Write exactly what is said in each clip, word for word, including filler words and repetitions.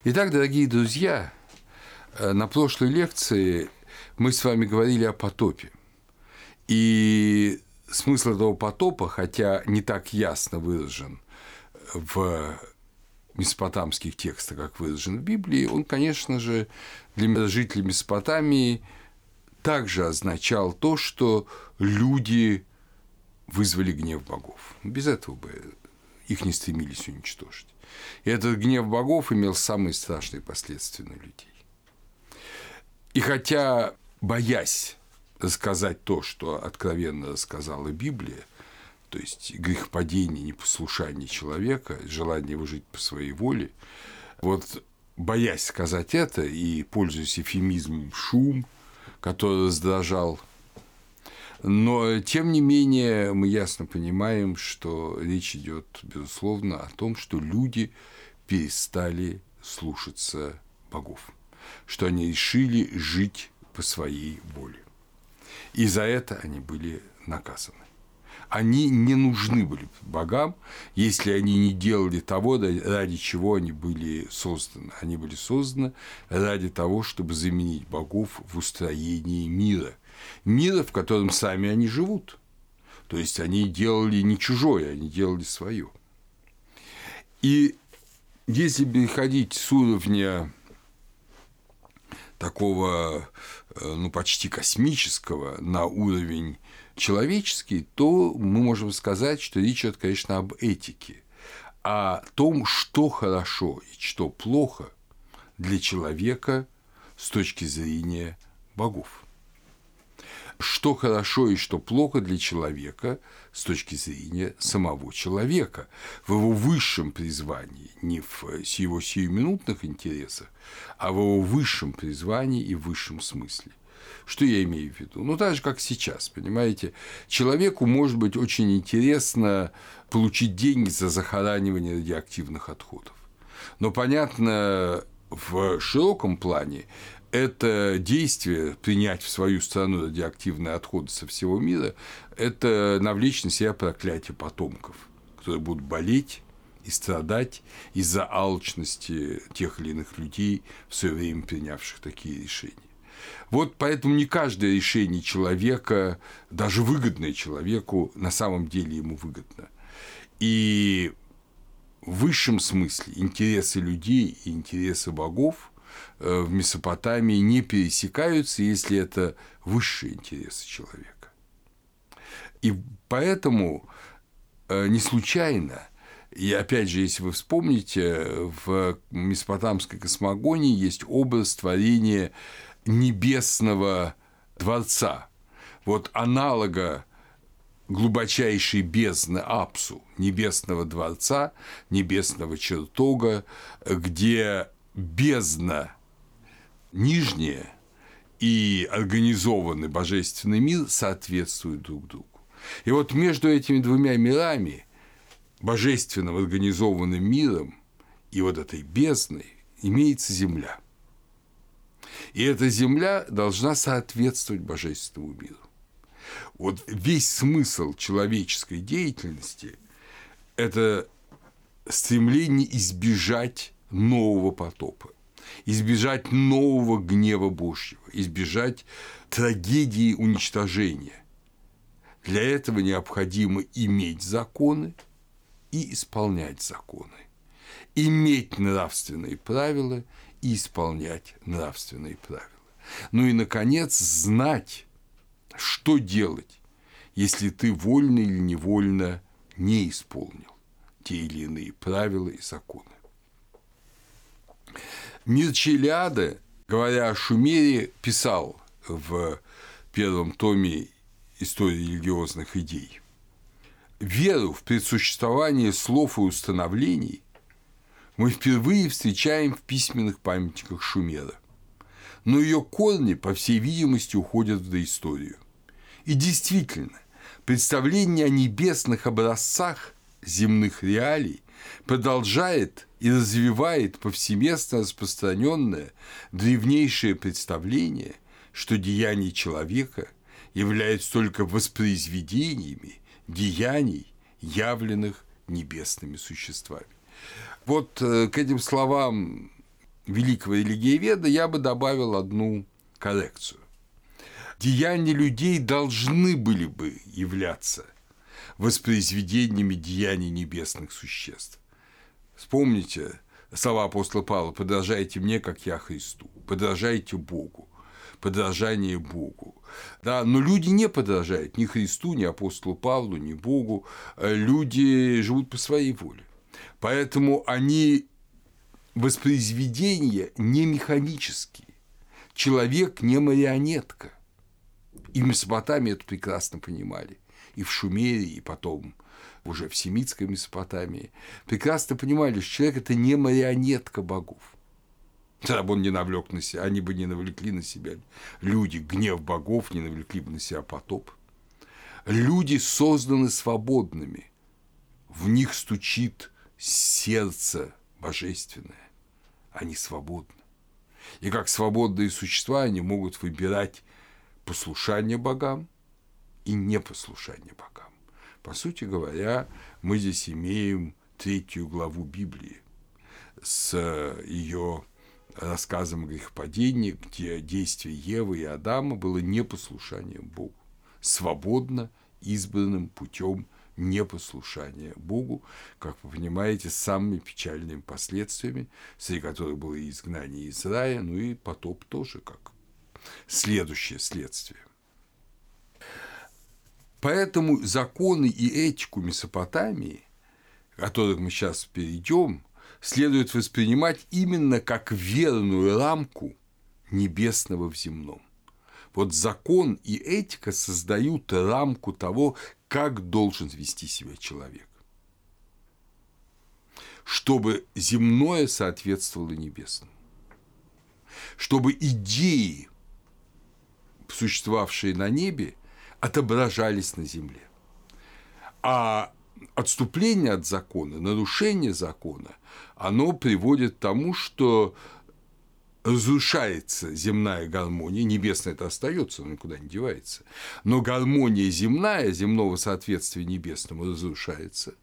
Итак, дорогие друзья, на прошлой лекции мы с вами говорили о потопе. И смысл этого потопа, хотя не так ясно выражен в месопотамских текстах, как выражен в Библии, он, конечно же, для жителей Месопотамии также означал то, что люди вызвали гнев богов. Без этого бы их не стремились уничтожить. И этот гнев богов имел самые страшные последствия на людей. И хотя, боясь рассказать то, что откровенно рассказала Библия, то есть грехопадение, непослушание человека, желание его жить по своей воле, вот боясь сказать это и пользуясь эвфемизмом «шум», который раздражал, но, тем не менее, мы ясно понимаем, что речь идет, безусловно, о том, что люди перестали слушаться богов, что они решили жить по своей воле. И за это они были наказаны. Они не нужны были богам, если они не делали того, ради чего они были созданы. Они были созданы ради того, чтобы заменить богов в устроении мира. Мира, в котором сами они живут. То есть они делали не чужое, они делали свое. И если переходить с уровня такого, ну, почти космического на уровень человеческий, то мы можем сказать, что речь идет, конечно, об этике, о том, что хорошо и что плохо для человека с точки зрения богов. Что хорошо и что плохо для человека с точки зрения самого человека, в его высшем призвании, не в его сиюминутных интересах, а в его высшем призвании и высшем смысле. Что я имею в виду? Ну, так же, как сейчас, понимаете, человеку может быть очень интересно получить деньги за захоранивание радиоактивных отходов. Но, понятно, в широком плане это действие, принять в свою страну радиоактивные отходы со всего мира, это навлечь на себя проклятие потомков, которые будут болеть и страдать из-за алчности тех или иных людей, в свое время принявших такие решения. Вот поэтому не каждое решение человека, даже выгодное человеку, на самом деле ему выгодно. И в высшем смысле интересы людей и интересы богов в Месопотамии не пересекаются, если это высшие интересы человека. И поэтому не случайно, и опять же, если вы вспомните, в месопотамской космогонии есть образ творения небесного дворца, вот аналога глубочайшей бездны Апсу, небесного дворца, небесного чертога, где бездна нижняя и организованный божественный мир соответствуют друг другу. И вот между этими двумя мирами, божественным организованным миром и вот этой бездной, имеется земля. И эта земля должна соответствовать божественному миру. Вот весь смысл человеческой деятельности – это стремление избежать нового потопа, избежать нового гнева Божьего, избежать трагедии уничтожения. Для этого необходимо иметь законы и исполнять законы, иметь нравственные правила и исполнять нравственные правила. Ну и, наконец, знать, что делать, если ты вольно или невольно не исполнил те или иные правила и законы. Мирча Илиада, говоря о Шумере, писал в первом томе «Истории религиозных идей»: «Веру в предсуществование слов и установлений мы впервые встречаем в письменных памятниках Шумера, но ее корни, по всей видимости, уходят в доисторию. И действительно, представление о небесных образцах земных реалий продолжает и развивает повсеместно распространенное древнейшее представление, что деяния человека являются только воспроизведениями деяний, явленных небесными существами». Вот к этим словам великого религиоведа я бы добавил одну коррекцию. Деяния людей должны были бы являться воспроизведениями деяний небесных существ. Вспомните слова апостола Павла: «Подражайте мне, как я Христу», «подражайте Богу», подражание Богу. Да, но люди не подражают ни Христу, ни апостолу Павлу, ни Богу. Люди живут по своей воле. Поэтому они воспроизведения не механические. Человек не марионетка. И в Месопотамии это прекрасно понимали. И в Шумере, и потом уже в семитской Месопотамии прекрасно понимали, что человек – это не марионетка богов. Тогда бы он не навлек на себя, они бы не навлекли на себя, люди, гнев богов, не навлекли бы на себя потоп. Люди созданы свободными, в них стучит сердце божественное, они свободны. И как свободные существа они могут выбирать послушание богам и непослушание богам. По сути говоря, мы здесь имеем третью главу Библии с ее рассказом о грехопадении, где действие Евы и Адама было непослушанием Богу, свободно избранным путем непослушания Богу, как вы понимаете, с самыми печальными последствиями, среди которых было и изгнание из рая, ну и потоп тоже как следующее следствие. Поэтому законы и этику Месопотамии, к которых мы сейчас перейдем, следует воспринимать именно как верную рамку небесного в земном. Вот закон и этика создают рамку того, как должен вести себя человек, чтобы земное соответствовало небесному, чтобы идеи, существовавшие на небе, отображались на земле. А отступление от закона, нарушение закона, оно приводит к тому, что разрушается земная гармония, небесная это остается, она никуда не девается, но гармония земная, земного соответствия небесному разрушается,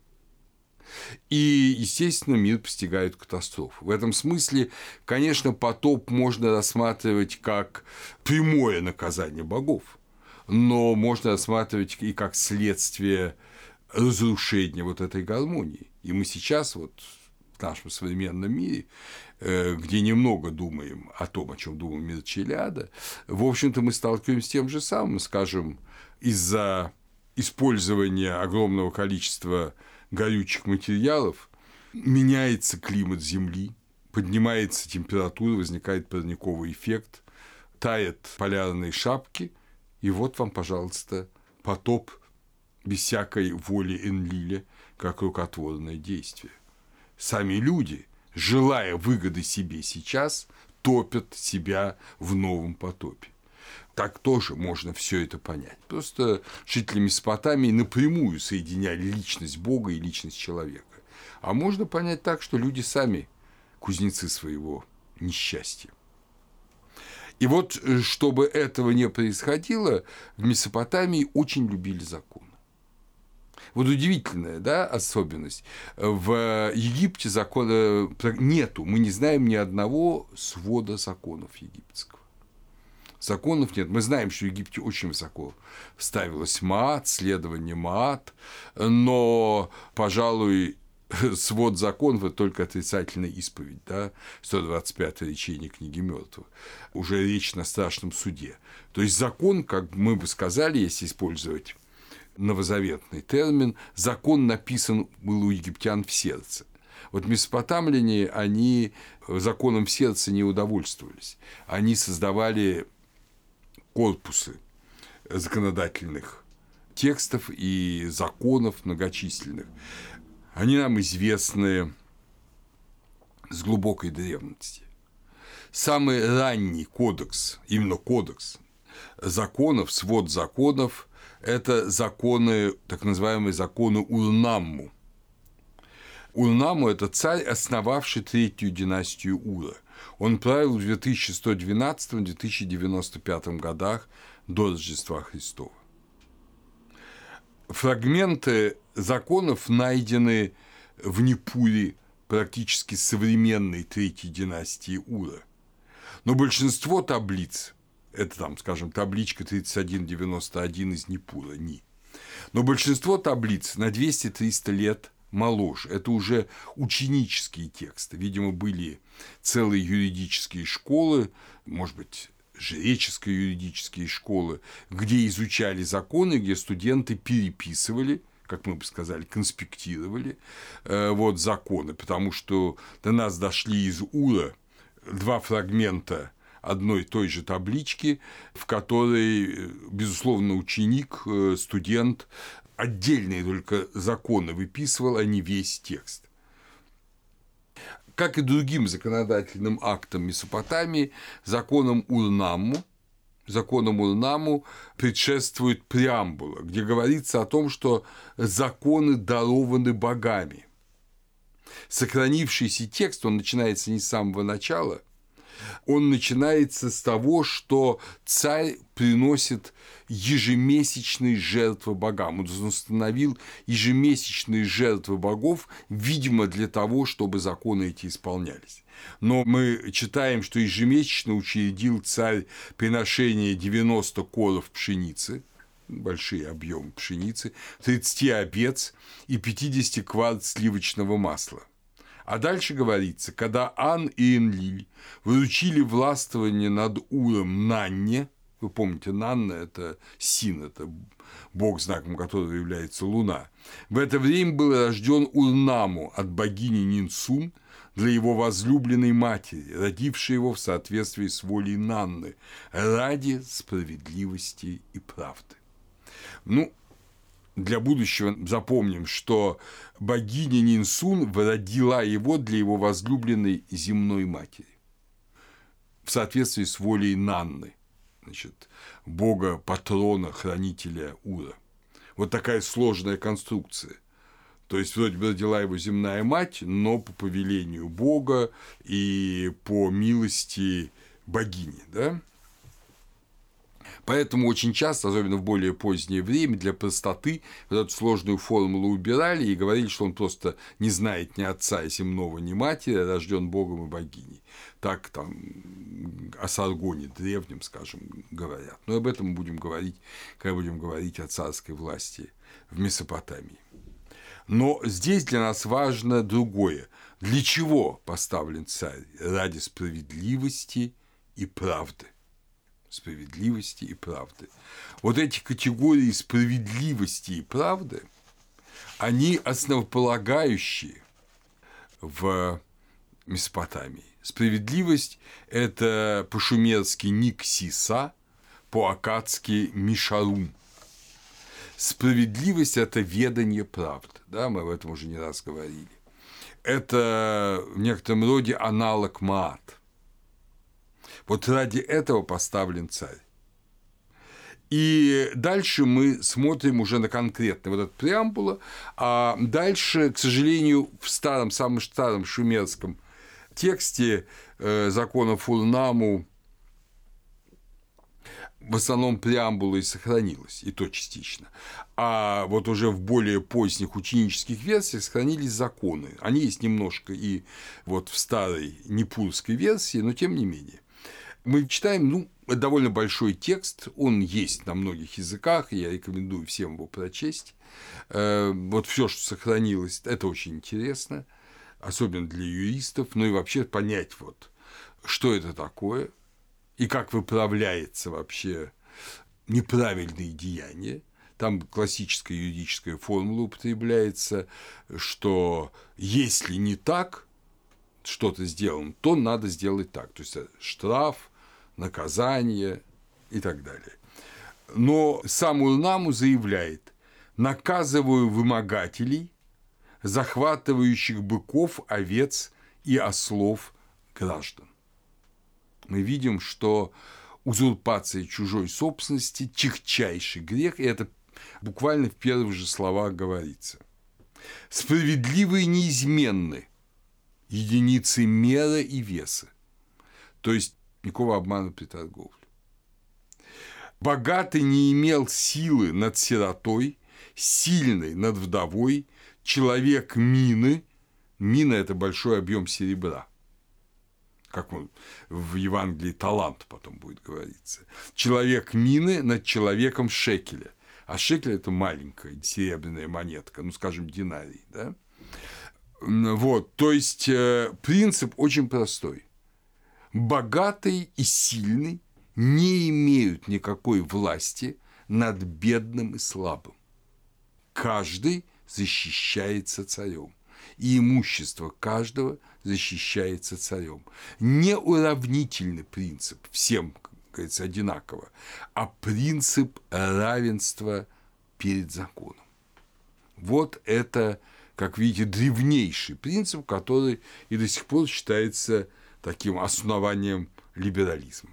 и, естественно, мир постигает катастрофу. В этом смысле, конечно, потоп можно рассматривать как прямое наказание богов, но можно рассматривать и как следствие разрушения вот этой гармонии. И мы сейчас вот в нашем современном мире, где немного думаем о том, о чем думал Мирча Илиада, в общем-то, мы сталкиваемся с тем же самым, скажем, из-за использования огромного количества горючих материалов меняется климат Земли, поднимается температура, возникает парниковый эффект, тают полярные шапки, и вот вам, пожалуйста, потоп без всякой воли Энлиля, как рукотворное действие. Сами люди, желая выгоды себе сейчас, топят себя в новом потопе. Так тоже можно все это понять. Просто жители Месопотамии напрямую соединяли личность Бога и личность человека. А можно понять так, что люди сами кузнецы своего несчастья. И вот, чтобы этого не происходило, в Месопотамии очень любили законы. Вот удивительная, да, особенность. В Египте закона нету, мы не знаем ни одного свода законов египетского. Законов нет. Мы знаем, что в Египте очень высоко ставилось маат, следование маат, но, пожалуй, свод законов – это только отрицательная исповедь, да, сто двадцать пятое речение книги мертвых, уже речь на страшном суде. То есть закон, как мы бы сказали, если использовать новозаветный термин, закон написан был у египтян в сердце. Вот месопотамляне, они законом в сердце не удовольствовались. Они создавали корпусы законодательных текстов и законов многочисленных. Они нам известны с глубокой древности. Самый ранний кодекс, именно кодекс законов, свод законов – это законы, так называемые законы Урнамму. Урнамму – это царь, основавший третью династию Ура. Он правил в две тысячи сто двенадцатом — две тысячи девяносто пятом годах до Рождества Христова. Фрагменты законов найдены в Непуре практически современной третьей династии Ура. Но большинство таблиц, это там, скажем, табличка тридцать один девяносто один из Нипура, Ни, но большинство таблиц на двести-триста лет моложе. Это уже ученические тексты. Видимо, были целые юридические школы, может быть, жреческие юридические школы, где изучали законы, где студенты переписывали, как мы бы сказали, конспектировали э, вот, законы, потому что до нас дошли из Ура два фрагмента одной и той же таблички, в которой, безусловно, ученик, студент отдельные только законы выписывал, а не весь текст. Как и другим законодательным актам Месопотамии, законам Ур-Намму, законам Ур-Намму предшествует преамбула, где говорится о том, что законы дарованы богами. Сохранившийся текст, он начинается не с самого начала, он начинается с того, что царь приносит ежемесячные жертвы богам. Он установил ежемесячные жертвы богов, видимо, для того, чтобы законы эти исполнялись. Но мы читаем, что ежемесячно учредил царь приношение девяноста коров пшеницы, большие объемы пшеницы, тридцати овец и пятидесяти кварт сливочного масла. А дальше говорится, когда Ан и Энлиль вручили властвование над Уром Нанне, вы помните, Нанна – это Син, это бог, знаком которого является луна, в это время был рожден Ур-Намму от богини Нинсун для его возлюбленной матери, родившей его в соответствии с волей Нанны, ради справедливости и правды. Ну, для будущего запомним, что богиня Нинсун родила его для его возлюбленной земной матери в соответствии с волей Нанны, значит, бога-патрона, хранителя Ура. Вот такая сложная конструкция. То есть, вроде бы родила его земная мать, но по повелению бога и по милости богини, да? Поэтому очень часто, особенно в более позднее время, для простоты вот эту сложную формулу убирали и говорили, что он просто не знает ни отца земного, ни матери, а рожден богом и богиней. Так там о Саргоне древнем, скажем, говорят. Но об этом мы будем говорить, когда будем говорить о царской власти в Месопотамии. Но здесь для нас важно другое. Для чего поставлен царь? Ради справедливости и правды. Справедливости и правды. Вот эти категории справедливости и правды, они основополагающие в Месопотамии. Справедливость – это по-шумерски Никсиса, по-аккадски Мишарум. Справедливость – это ведание правды, да, мы об этом уже не раз говорили. Это в некотором роде аналог Маат. Вот ради этого поставлен царь. И дальше мы смотрим уже на конкретно вот эту преамбулу, а дальше, к сожалению, в старом, самом старом шумерском тексте э, законов Ур-Намму в основном преамбула и сохранилась, и то частично. А вот уже в более поздних ученических версиях сохранились законы. Они есть немножко и вот в старой нипурской версии, но тем не менее. Мы читаем, ну, довольно большой текст, он есть на многих языках, я рекомендую всем его прочесть. Вот все, что сохранилось, это очень интересно, особенно для юристов, ну и вообще понять, вот, что это такое и как выправляется вообще неправильные деяния. Там классическая юридическая формула употребляется, что если не так что-то сделано, то надо сделать так. То есть штраф, наказание и так далее. Но сам Ур-Намму заявляет: наказываю вымогателей, захватывающих быков, овец и ослов граждан. Мы видим, что узурпация чужой собственности – тягчайший грех, и это буквально в первых же словах говорится. Справедливые неизменны единицы меры и веса, то есть никакого обмана при торговле. Богатый не имел силы над сиротой, сильный над вдовой, человек мины Мина – это большой объем серебра. Как он в Евангелии талант потом будет говориться. Человек мины над человеком шекеля. А шекель – это маленькая серебряная монетка, ну, скажем, динарий. Да? Вот, то есть принцип очень простой. Богатый и сильный не имеют никакой власти над бедным и слабым. Каждый защищается царем, и имущество каждого защищается царем. Не уравнительный принцип, всем, как говорится, одинаково, а принцип равенства перед законом. Вот это, как видите, древнейший принцип, который и до сих пор считается таким основанием либерализма.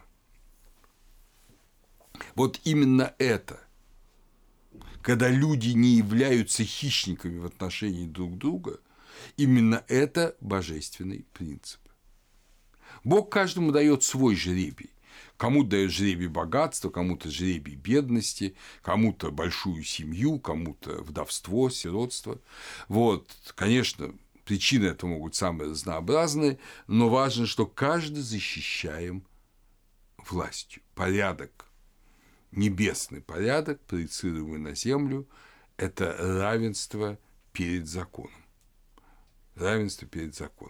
Вот именно это, когда люди не являются хищниками в отношении друг друга, именно это божественный принцип. Бог каждому дает свой жребий. Кому-то дает жребий богатства, кому-то жребий бедности, кому-то большую семью, кому-то вдовство, сиротство. Вот, конечно, причины этого могут быть самые разнообразные, но важно, что каждый защищаем властью. Порядок, небесный порядок, проецируемый на землю, это равенство перед законом. Равенство перед законом.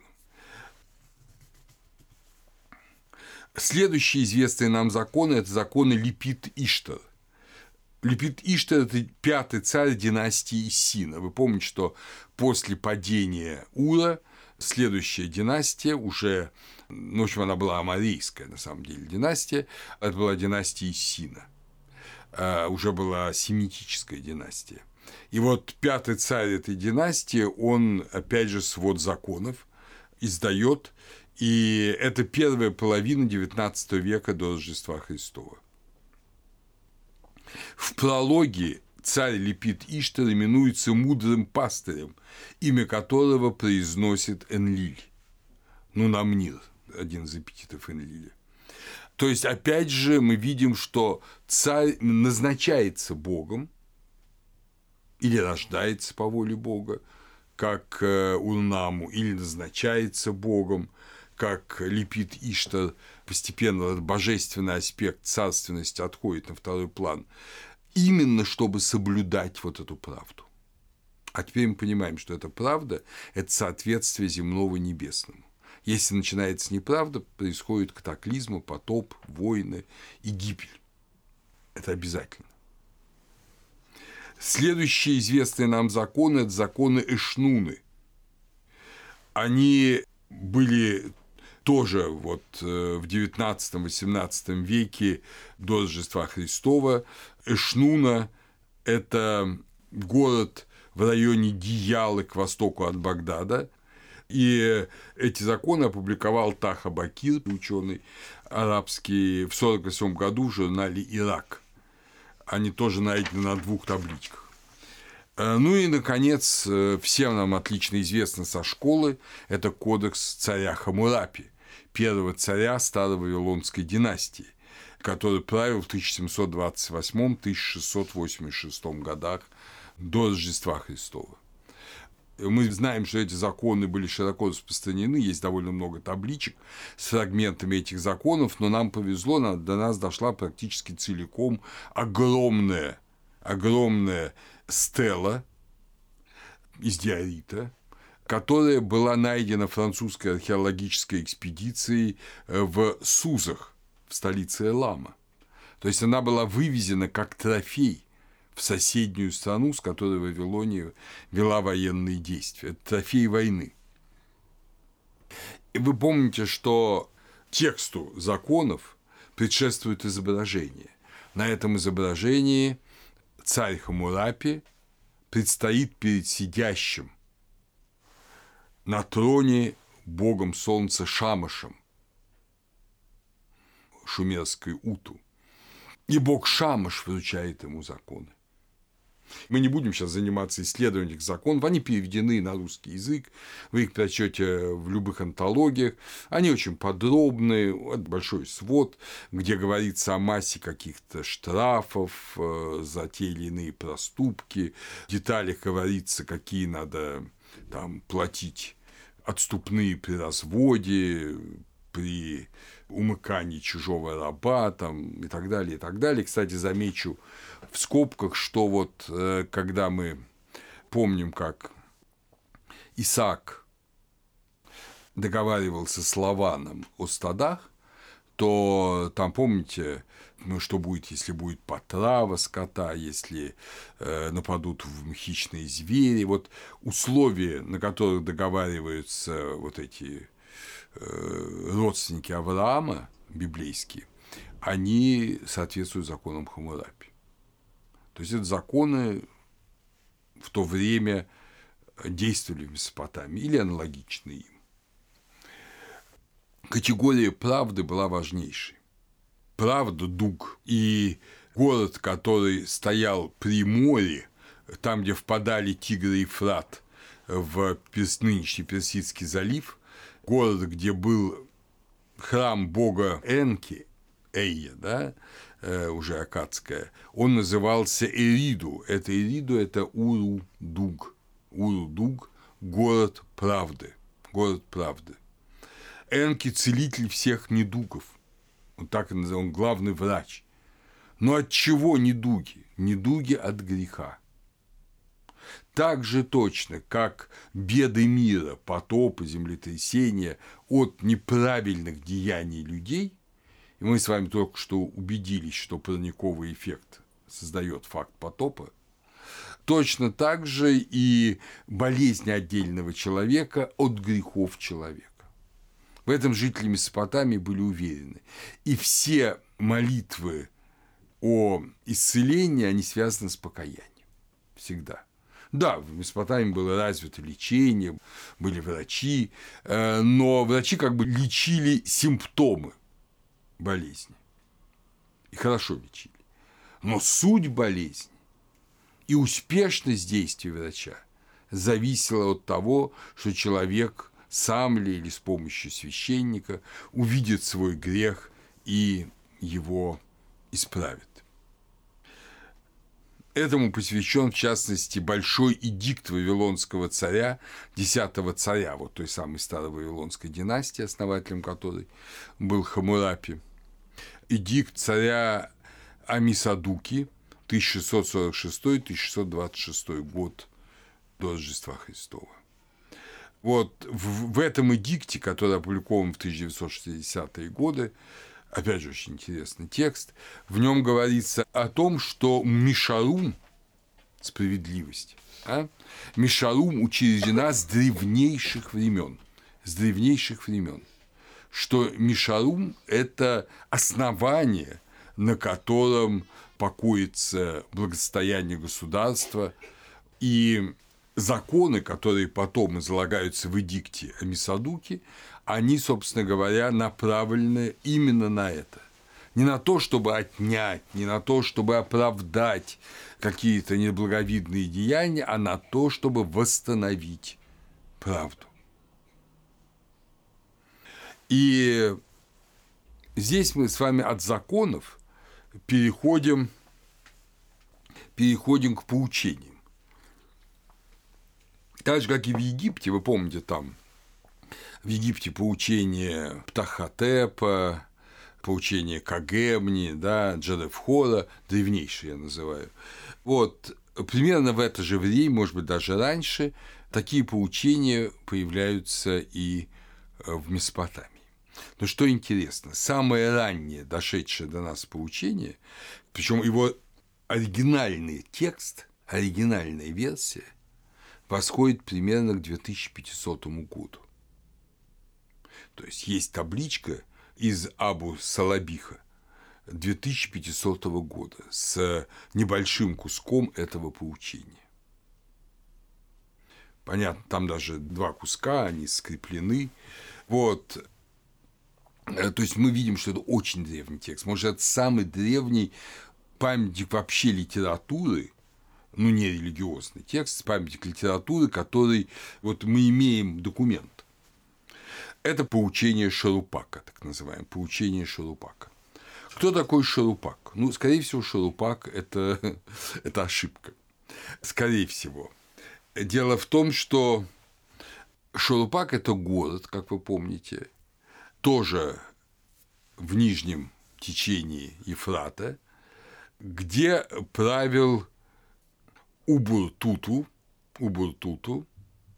Следующие известные нам законы – это законы Липит-Иштар. Липит-Иштар – это пятый царь династии Сина. Вы помните, что после падения Ура следующая династия уже, ну, в общем, она была аморейская, на самом деле, династия, это была династия Сина. Уже была семитическая династия. И вот пятый царь этой династии, он, опять же, свод законов издает, и это первая половина девятнадцатого века до Рождества Христова. В прологе царь Липит-Иштар именуется мудрым пастырем, имя которого произносит Энлиль. Ну, Намнир, один из эпитетов Энлиля. То есть, опять же, мы видим, что царь назначается Богом или рождается по воле Бога, как Урнаму, или назначается Богом, как Липит-Иштар. Постепенно этот божественный аспект царственности отходит на второй план, именно чтобы соблюдать вот эту правду. А теперь мы понимаем, что эта правда – это соответствие земного небесному. Если начинается неправда, происходит катаклизмы, потоп, войны и гибель. Это обязательно. Следующие известные нам законы – это законы Эшнуны. Они были тоже вот в девятнадцатом-восемнадцатом веке до Рождества Христова. Эшнуна – это город в районе Диялы к востоку от Багдада. И эти законы опубликовал Таха Бакир, ученый арабский, в сорок восьмом году в журнале «Ирак». Они тоже найдены на двух табличках. Ну и, наконец, всем нам отлично известно со школы, это кодекс царя Хаммурапи, первого царя старой Вавилонской династии, который правил в тысяча семьсот двадцать восьмом — тысяча шестьсот восемьдесят шестом годах до Рождества Христова. Мы знаем, что эти законы были широко распространены, есть довольно много табличек с фрагментами этих законов, но нам повезло, до нас дошла практически целиком огромная, огромная стела из диорита, которая была найдена французской археологической экспедицией в Сузах, в столице Элама. То есть она была вывезена как трофей в соседнюю страну, с которой Вавилония вела военные действия. Это трофей войны. И вы помните, что тексту законов предшествует изображение. На этом изображении царь Хаммурапи предстоит перед сидящим на троне богом солнца Шамашем, шумерской Уту. И бог Шамаш вручает ему законы. Мы не будем сейчас заниматься исследованием этих законов, они переведены на русский язык, вы их прочтете в любых антологиях, они очень подробные, это большой свод, где говорится о массе каких-то штрафов за те или иные проступки, в деталях говорится, какие надо там платить отступные при разводе, при умыкании чужого раба там, и так далее, и так далее. Кстати, замечу в скобках, что вот когда мы помним, как Исаак договаривался с Лаваном о стадах, то там, помните, ну, что будет, если будет потрава скота, если э, нападут хищные звери. Вот условия, на которых договариваются вот эти э, родственники Авраама, библейские, они соответствуют законам Хаммурапи. То есть, это законы в то время действовали в Месопотамии или аналогичные им. Категория правды была важнейшей. Правда, Дуг и город, который стоял при море, там, где впадали Тигр и Ефрат в нынешний Персидский залив, город, где был храм бога Энки, Эйя, да, уже аккадская, он назывался Эриду. Это Эриду – это Уру-Дуг. Уру-Дуг – город правды. Город правды. Энки – целитель всех недугов. Вот так и называем, он главный врач. Но от чего недуги? Недуги от греха. Так же точно, как беды мира, потопы, землетрясения от неправильных деяний людей, и мы с вами только что убедились, что парниковый эффект создает факт потопа, точно так же и болезнь отдельного человека от грехов человека. В этом жители Месопотамии были уверены. И все молитвы о исцелении, они связаны с покаянием. Всегда. Да, в Месопотамии было развито лечение, были врачи, но врачи как бы лечили симптомы болезни. И хорошо лечили. Но суть болезни и успешность действий врача зависела от того, что человек сам ли или с помощью священника увидит свой грех и его исправит. Этому посвящен, в частности, большой эдикт вавилонского царя, десятого царя, вот той самой старой вавилонской династии, основателем которой был Хаммурапи. Эдикт царя Амисадуки, тысяча шестьсот сорок шестой — тысяча шестьсот двадцать шестой год до Рождества Христова. Вот в, в этом эдикте, который опубликован в тысяча девятьсот шестидесятые годы, опять же, очень интересный текст, в нем говорится о том, что Мишарум, справедливость, а? Мишарум учреждена с древнейших времен, с древнейших времен, что Мишарум – это основание, на котором покоится благосостояние государства, и законы, которые потом излагаются в эдикте Амисадуки, они, собственно говоря, направлены именно на это. Не на то, чтобы отнять, не на то, чтобы оправдать какие-то неблаговидные деяния, а на то, чтобы восстановить правду. И здесь мы с вами от законов переходим, переходим к поучениям. Так же, как и в Египте, вы помните, там в Египте поучение Птахотепа, поучение Кагемни, да, Джерефхора, древнейшие я называю. Вот примерно в это же время, может быть, даже раньше, такие поучения появляются и в Месопотамии. Но что интересно, самое раннее дошедшее до нас поучение, причем его оригинальный текст, оригинальная версия, восходит примерно к две тысячи пятисотому году. То есть есть табличка из Абу-Салабиха две тысячи пятисотого года с небольшим куском этого поучения. Понятно, там даже два куска, они скреплены. Вот. То есть мы видим, что это очень древний текст. Может, это самый древний памятник вообще литературы, ну, не религиозный текст, памятник литературы, который вот мы имеем документ. Это поучение Шарупака, так называемое, поучение Шарупака. Кто такой Шарупак? Ну, скорее всего, Шарупак – это, это ошибка. Скорее всего. Дело в том, что Шурупак – это город, как вы помните, тоже в нижнем течении Ефрата, где правил Убуртуту, Убуртуту,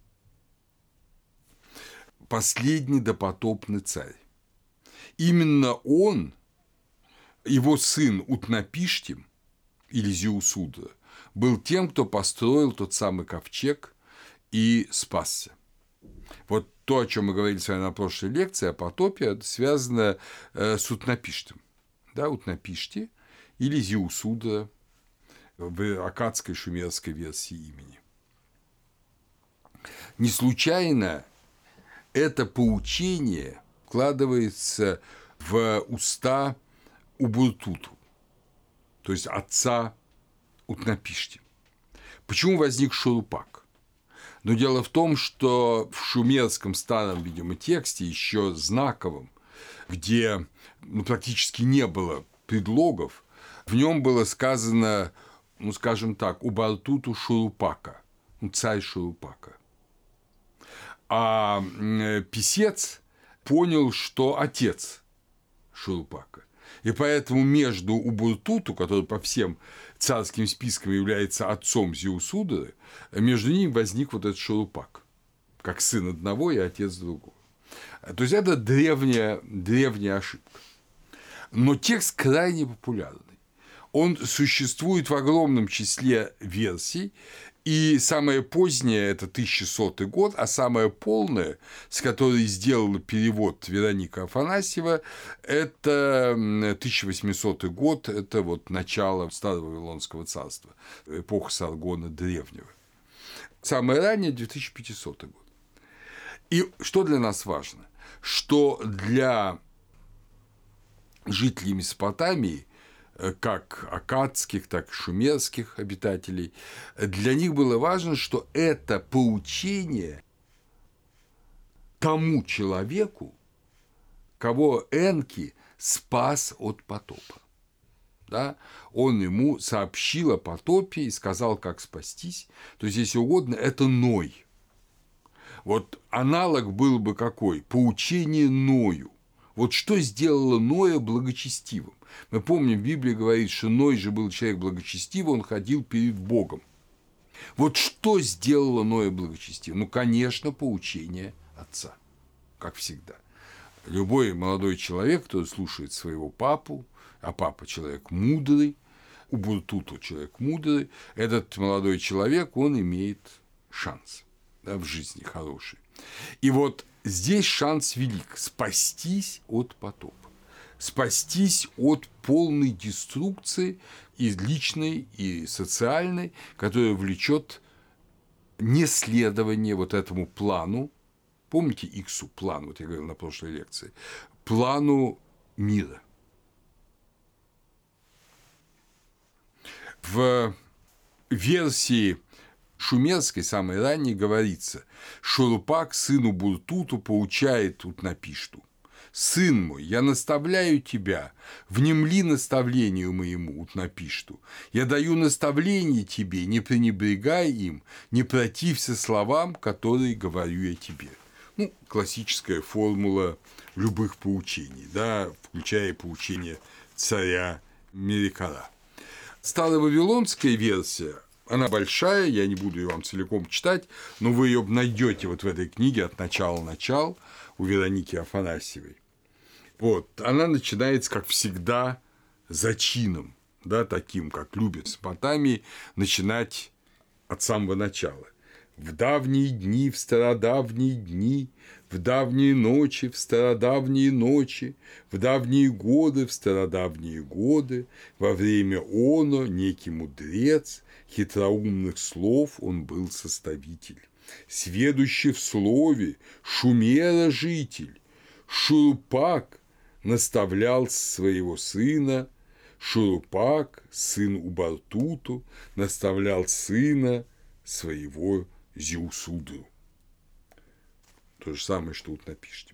последний допотопный царь. Именно он, его сын Утнапиштим, или Зиусудра, был тем, кто построил тот самый ковчег и спасся. Вот то, о чем мы говорили с вами на прошлой лекции, о потопе, это связано с Утнапиштем. Да, Утнапишти или Зиусудра в аккадской шумерской версии имени. Не случайно это поучение вкладывается в уста Убуртуту, то есть отца Утнапишти. Почему возник Шурупак? Но дело в том, что в шумерском старом, видимо, тексте, еще знаковом, где ну, практически не было предлогов, в нем было сказано, ну, скажем так, Убуртуту Шурупака, ну, царь Шурупака. А писец понял, что отец Шурупака. И поэтому между Убуртуту, который по всем царским спискам является отцом Зиусудры, между ними возник вот этот Шурупак, как сын одного и отец другого. То есть это древняя, древняя ошибка. Но текст крайне популярный. Он существует в огромном числе версий, и самое позднее – это тысяча сотый год, а самое полное, с которой сделала перевод Вероника Афанасьева, это тысяча восьмисотый год, это вот начало Старого Вавилонского царства, эпоха Саргона Древнего. Самое раннее – две тысячи пятисотый год. И что для нас важно? Что для жителей Месопотамии, как аккадских, так и шумерских обитателей, для них было важно, что это поучение тому человеку, кого Энки спас от потопа. Да? Он ему сообщил о потопе и сказал, как спастись. То есть, если угодно, это Ной. Вот аналог был бы какой? Поучение Ною. Вот что сделало Ноя благочестивым? Мы помним, Библия говорит, что Ной же был человек благочестивый, он ходил перед Богом. Вот что сделало Ноя благочестивым? Ну, конечно, поучение отца, как всегда. Любой молодой человек, кто слушает своего папу, а папа человек мудрый, Убуртуту человек мудрый, этот молодой человек, он имеет шанс, да, в жизни хороший. И вот здесь шанс велик – спастись от потопа, спастись от полной деструкции и личной, и социальной, которая влечет неследование вот этому плану, помните Иксу, план, вот я говорил на прошлой лекции, плану мира. В версии шумерской, самой ранней, говорится: «Шурупак сыну Буртуту поучает Утнапишту: сын мой, я наставляю тебя, внемли наставлению моему, Утнапишту. Я даю наставление тебе, не пренебрегай им, не протився словам, которые говорю я тебе». Ну, классическая формула любых поучений, да, включая поучение царя Мерикара. Старовавилонская версия, она большая, я не буду ее вам целиком читать, но вы ее найдете вот в этой книге «От начала начал» у Вероники Афанасьевой. Вот, она начинается, как всегда, зачином, да, таким, как любят в Месопотамии, начинать от самого начала. В давние дни, в стародавние дни, в давние ночи, в стародавние ночи, в давние годы, в стародавние годы, во время оно некий мудрец, хитроумных слов он был составитель, сведущий в слове, Шумера житель, Шурупак наставлял своего сына, Шурупак, сын Убуртуту, наставлял сына своего Зиусудру. То же самое, что тут напишите.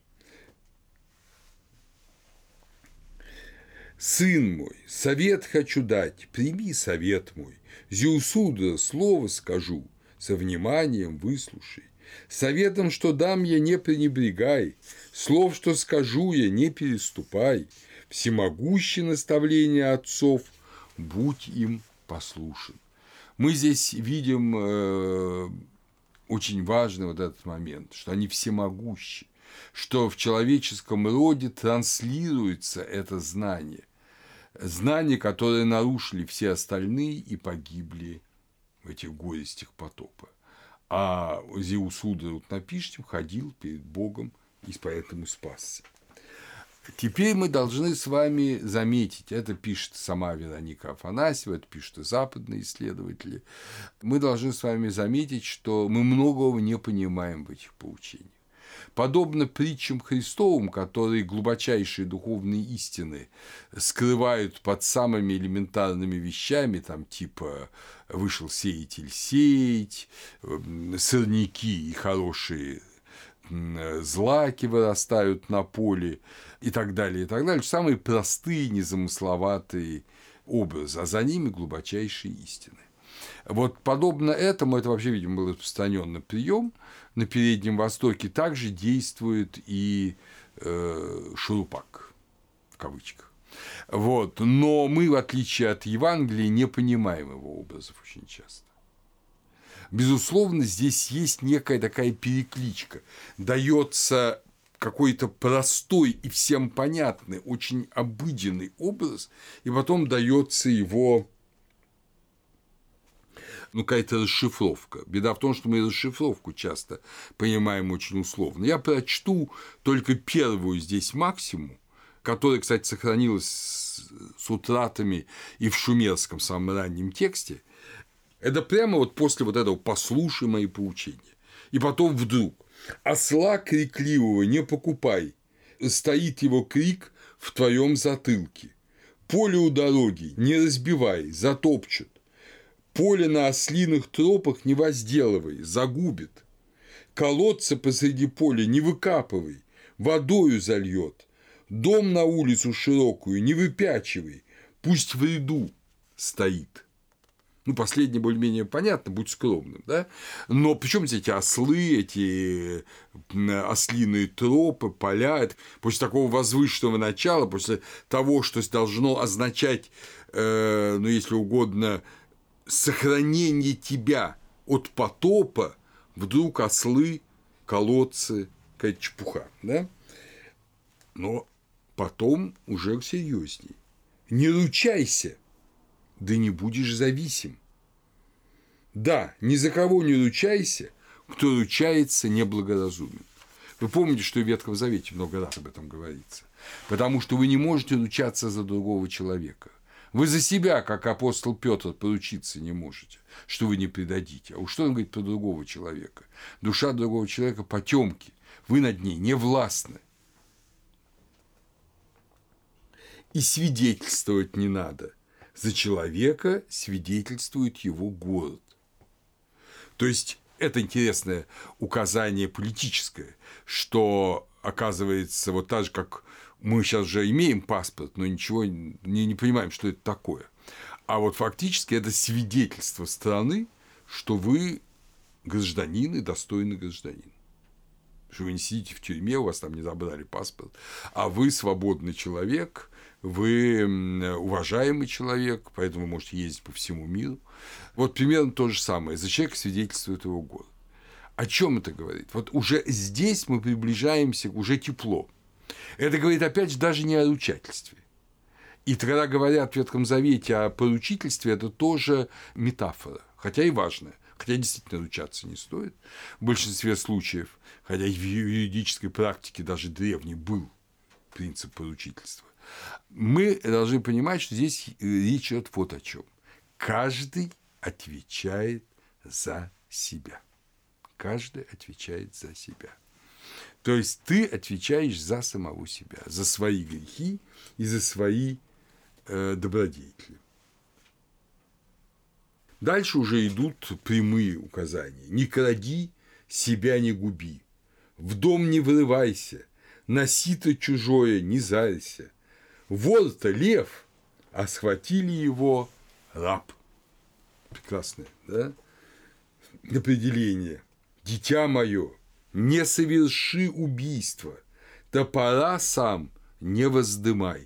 Сын мой, совет хочу дать, прими совет мой. Зиусудра, слово скажу, со вниманием выслушай. Советом, что дам я, не пренебрегай, слов, что скажу я, не переступай, всемогущее наставление отцов, будь им послушен. Мы здесь видим э, очень важный вот этот момент, что они всемогущи, что в человеческом роде транслируется это знание, знания, которые нарушили все остальные и погибли в этих горестях потопа. А Зевсуда, вот напишите, ходил перед Богом и поэтому спасся. Теперь мы должны с вами заметить, это пишет сама Вероника Афанасьева, это пишут и западные исследователи, мы должны с вами заметить, что мы многого не понимаем в этих поучениях. Подобно притчам Христовым, которые глубочайшие духовные истины скрывают под самыми элементарными вещами, там типа «вышел сеятель сеять», «сорняки и хорошие злаки вырастают на поле» и так далее, и так далее. Самые простые, незамысловатые образы, а за ними глубочайшие истины. Вот подобно этому, это вообще, видимо, был распространенный прием на Переднем Востоке, также действует и э, шурупак, в кавычках. Вот. Но мы, в отличие от Евангелия, не понимаем его образов очень часто. Безусловно, здесь есть некая такая перекличка. Дается какой-то простой и всем понятный, очень обыденный образ, и потом дается его ну, какая-то расшифровка. Беда в том, что мы расшифровку часто понимаем очень условно. Я прочту только первую здесь максимум, которая, кстати, сохранилась с утратами и в шумерском самом раннем тексте. Это прямо вот после вот этого «послушай мои поучения». И потом вдруг «осла крикливого не покупай, стоит его крик в твоем затылке, поле у дороги не разбивай, затопчут, поле на ослиных тропах не возделывай, загубит, колодца посреди поля не выкапывай, водою зальет, дом на улицу широкую не выпячивай, пусть в ряду стоит». Ну, последнее более-менее понятно, будь скромным, да? Но причем эти ослы, эти ослиные тропы, поля, после такого возвышенного начала, после того, что должно означать, э, ну, если угодно, сохранение тебя от потопа, вдруг ослы, колодцы, какая-то чепуха, да? Но потом уже серьезней. Не ручайся, да не будешь зависим. Да, ни за кого не ручайся, кто ручается, неблагоразумен. Вы помните, что в Ветхом Завете много раз об этом говорится. Потому что вы не можете ручаться за другого человека. Вы за себя, как апостол Петр, поручиться не можете, что вы не предадите. А уж что он говорит про другого человека? Душа другого человека – потемки, вы над ней не властны. И свидетельствовать не надо. За человека свидетельствует его город. То есть, это интересное указание политическое, что, оказывается, вот так же, как мы сейчас уже имеем паспорт, но ничего не, не понимаем, что это такое. А вот фактически это свидетельство страны, что вы гражданин и достойный гражданин. Что вы не сидите в тюрьме, у вас там не забрали паспорт, а вы свободный человек, вы уважаемый человек, поэтому можете ездить по всему миру. Вот примерно то же самое. За человека свидетельствует его город. О чем это говорит? Вот уже здесь мы приближаемся, уже тепло. Это говорит, опять же, даже не о ручательстве. И когда говорят в Ветхом Завете о поручительстве, это тоже метафора, хотя и важная. Хотя действительно ручаться не стоит в большинстве случаев, хотя и в юридической практике даже древней был принцип поручительства. Мы должны понимать, что здесь речь идет вот о чем. Каждый отвечает за себя. Каждый отвечает за себя. То есть ты отвечаешь за самого себя, за свои грехи и за свои э, добродетели. Дальше уже идут прямые указания. Не кради, себя не губи, в дом не врывайся, на сито чужое не зарься. Вор-то лев, а схватили его раб. Прекрасное, да? Определение. Дитя мое, не соверши убийство, топора сам не воздымай.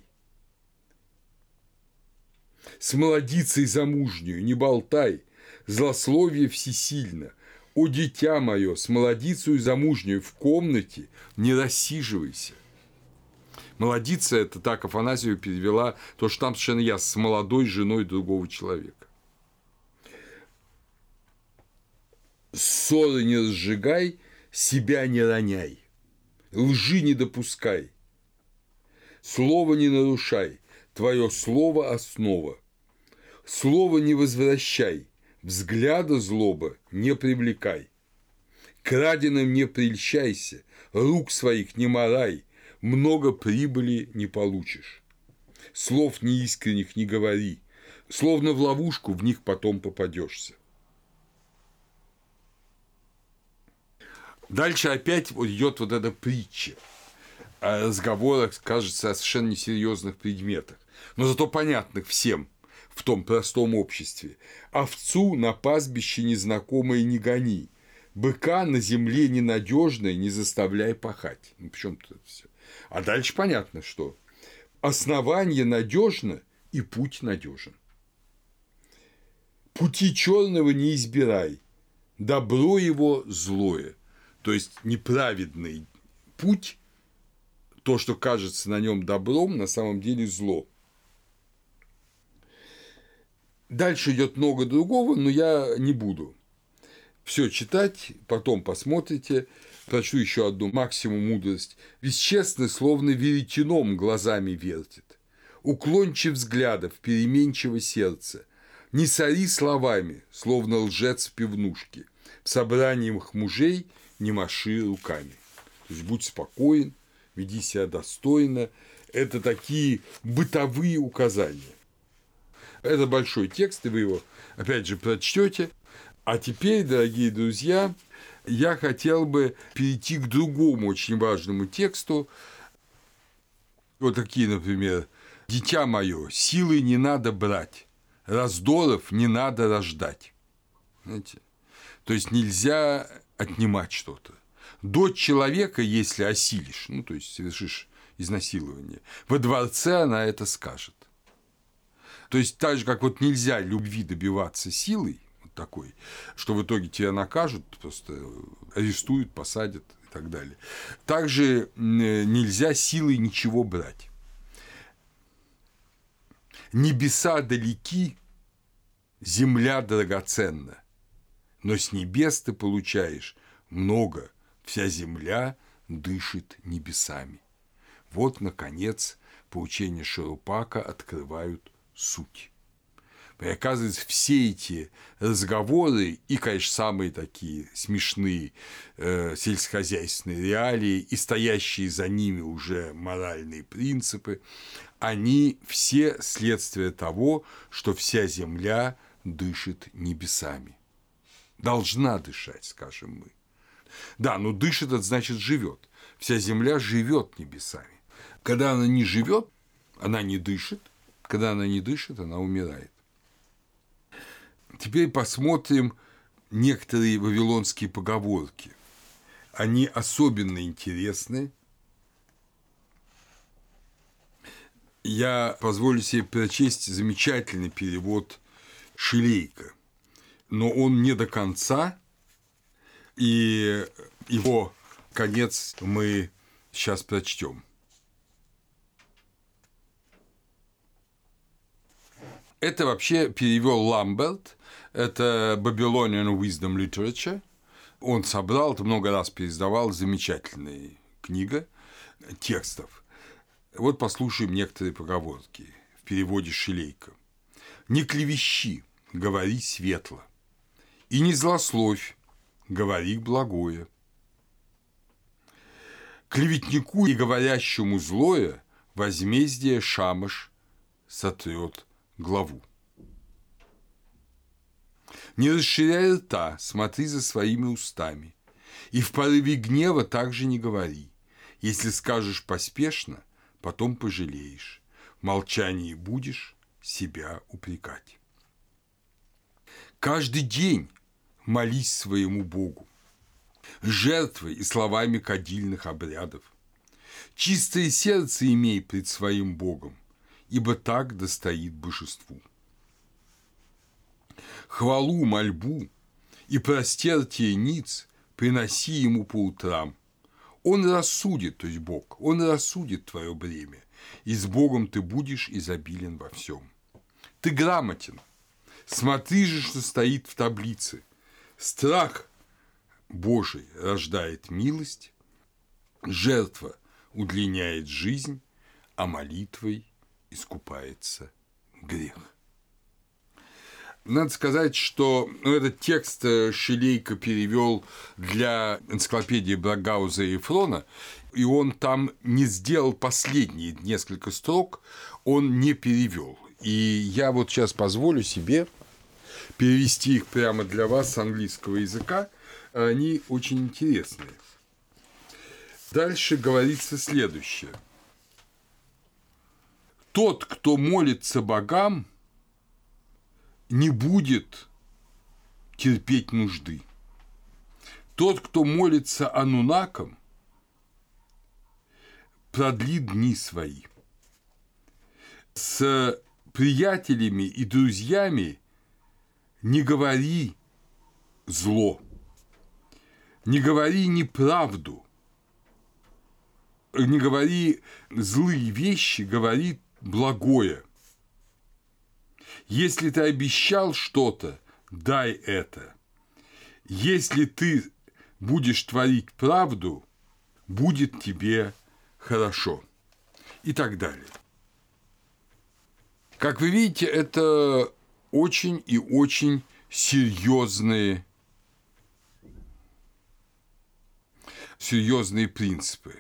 С молодицей замужнюю не болтай, злословие всесильно. О, дитя мое, с молодицей замужнюю в комнате не рассиживайся. Молодица – это так Афанасьева перевела то, что там совершенно ясно, с молодой женой другого человека. Ссоры не разжигай, себя не роняй, лжи не допускай, слово не нарушай, твое слово – основа. Слово не возвращай, взгляда злоба не привлекай. Краденым не прельщайся, рук своих не марай, много прибыли не получишь. Слов неискренних не говори, словно в ловушку в них потом попадешься. Дальше опять идет вот эта притча о разговорах, кажется, о совершенно несерьезных предметах, но зато понятных всем в том простом обществе. Овцу на пастбище незнакомое не гони, быка на земле ненадежной не заставляй пахать. Ну, причем тут это все. А дальше понятно, что основание надежно и путь надежен. Пути черного не избирай, добро его злое. То есть неправедный путь, то, что кажется на нем добром, на самом деле зло. Дальше идет много другого, но я не буду все читать, потом посмотрите. Прочту еще одну максимум мудрость. Бесчестный, словно веретеном глазами вертит, уклончив взглядов, переменчиво сердце, не сори словами, словно лжец в пивнушке, в собраниях мужей не маши руками. То есть будь спокоен, веди себя достойно. Это такие бытовые указания. Это большой текст, и вы его, опять же, прочтете. А теперь, дорогие друзья, я хотел бы перейти к другому очень важному тексту. Вот такие, например: «Дитя мое, силы не надо брать, раздоров не надо рождать». Знаете? То есть нельзя отнимать что-то. Дочь человека, если осилишь, ну, то есть совершишь изнасилование, во дворце она это скажет. То есть так же, как вот нельзя любви добиваться силой, вот такой, что в итоге тебя накажут, просто арестуют, посадят и так далее. Также нельзя силой ничего брать. Небеса далеки, земля драгоценна, но с небес ты получаешь много, вся земля дышит небесами. Вот, наконец, поучения Шурупака открывают суть. И оказывается, все эти разговоры и, конечно, самые такие смешные э, сельскохозяйственные реалии и стоящие за ними уже моральные принципы, они все следствие того, что вся земля дышит небесами. Должна дышать, скажем мы. Да, но дышит, это значит живет. Вся земля живет небесами. Когда она не живет, она не дышит. Когда она не дышит, она умирает. Теперь посмотрим некоторые вавилонские поговорки. Они особенно интересны. Я позволю себе прочесть замечательный перевод Шилейка, но он не до конца, и его конец мы сейчас прочтем. Это вообще перевел Ламберт, это Babylonian Wisdom Literature. Он собрал, это много раз переиздавал, замечательная книга текстов. Вот послушаем некоторые поговорки в переводе Шилейка. «Не клевещи, говори светло, и не злословь, говори благое. Клеветнику и говорящему злое возмездие шамаш сотрет главу. Не расширяй рта, смотри за своими устами, и в порыве гнева также не говори. Если скажешь поспешно, потом пожалеешь, в молчании будешь себя упрекать. Каждый день молись своему Богу, жертвой и словами кадильных обрядов. Чистое сердце имей пред своим Богом, ибо так достоит божеству. Хвалу, мольбу и простертие ниц приноси ему по утрам. Он рассудит, то есть Бог, он рассудит твое бремя, и с Богом ты будешь изобилен во всем. Ты грамотен. Смотри же, что стоит в таблице. Страх Божий рождает милость, жертва удлиняет жизнь, а молитвой искупается грех. Надо сказать, что ну, этот текст Шилейко перевел для энциклопедии Брагауза и Фрона, и он там не сделал последние несколько строк, он не перевел. И я вот сейчас позволю себе перевести их прямо для вас с английского языка, они очень интересные. Дальше говорится следующее. Тот, кто молится богам, не будет терпеть нужды. Тот, кто молится анунакам, продлит дни свои. С приятелями и друзьями не говори зло, не говори неправду, не говори злые вещи, говори благое. Если ты обещал что-то, дай это. Если ты будешь творить правду, будет тебе хорошо. И так далее. Как вы видите, это очень и очень серьезные, серьезные принципы.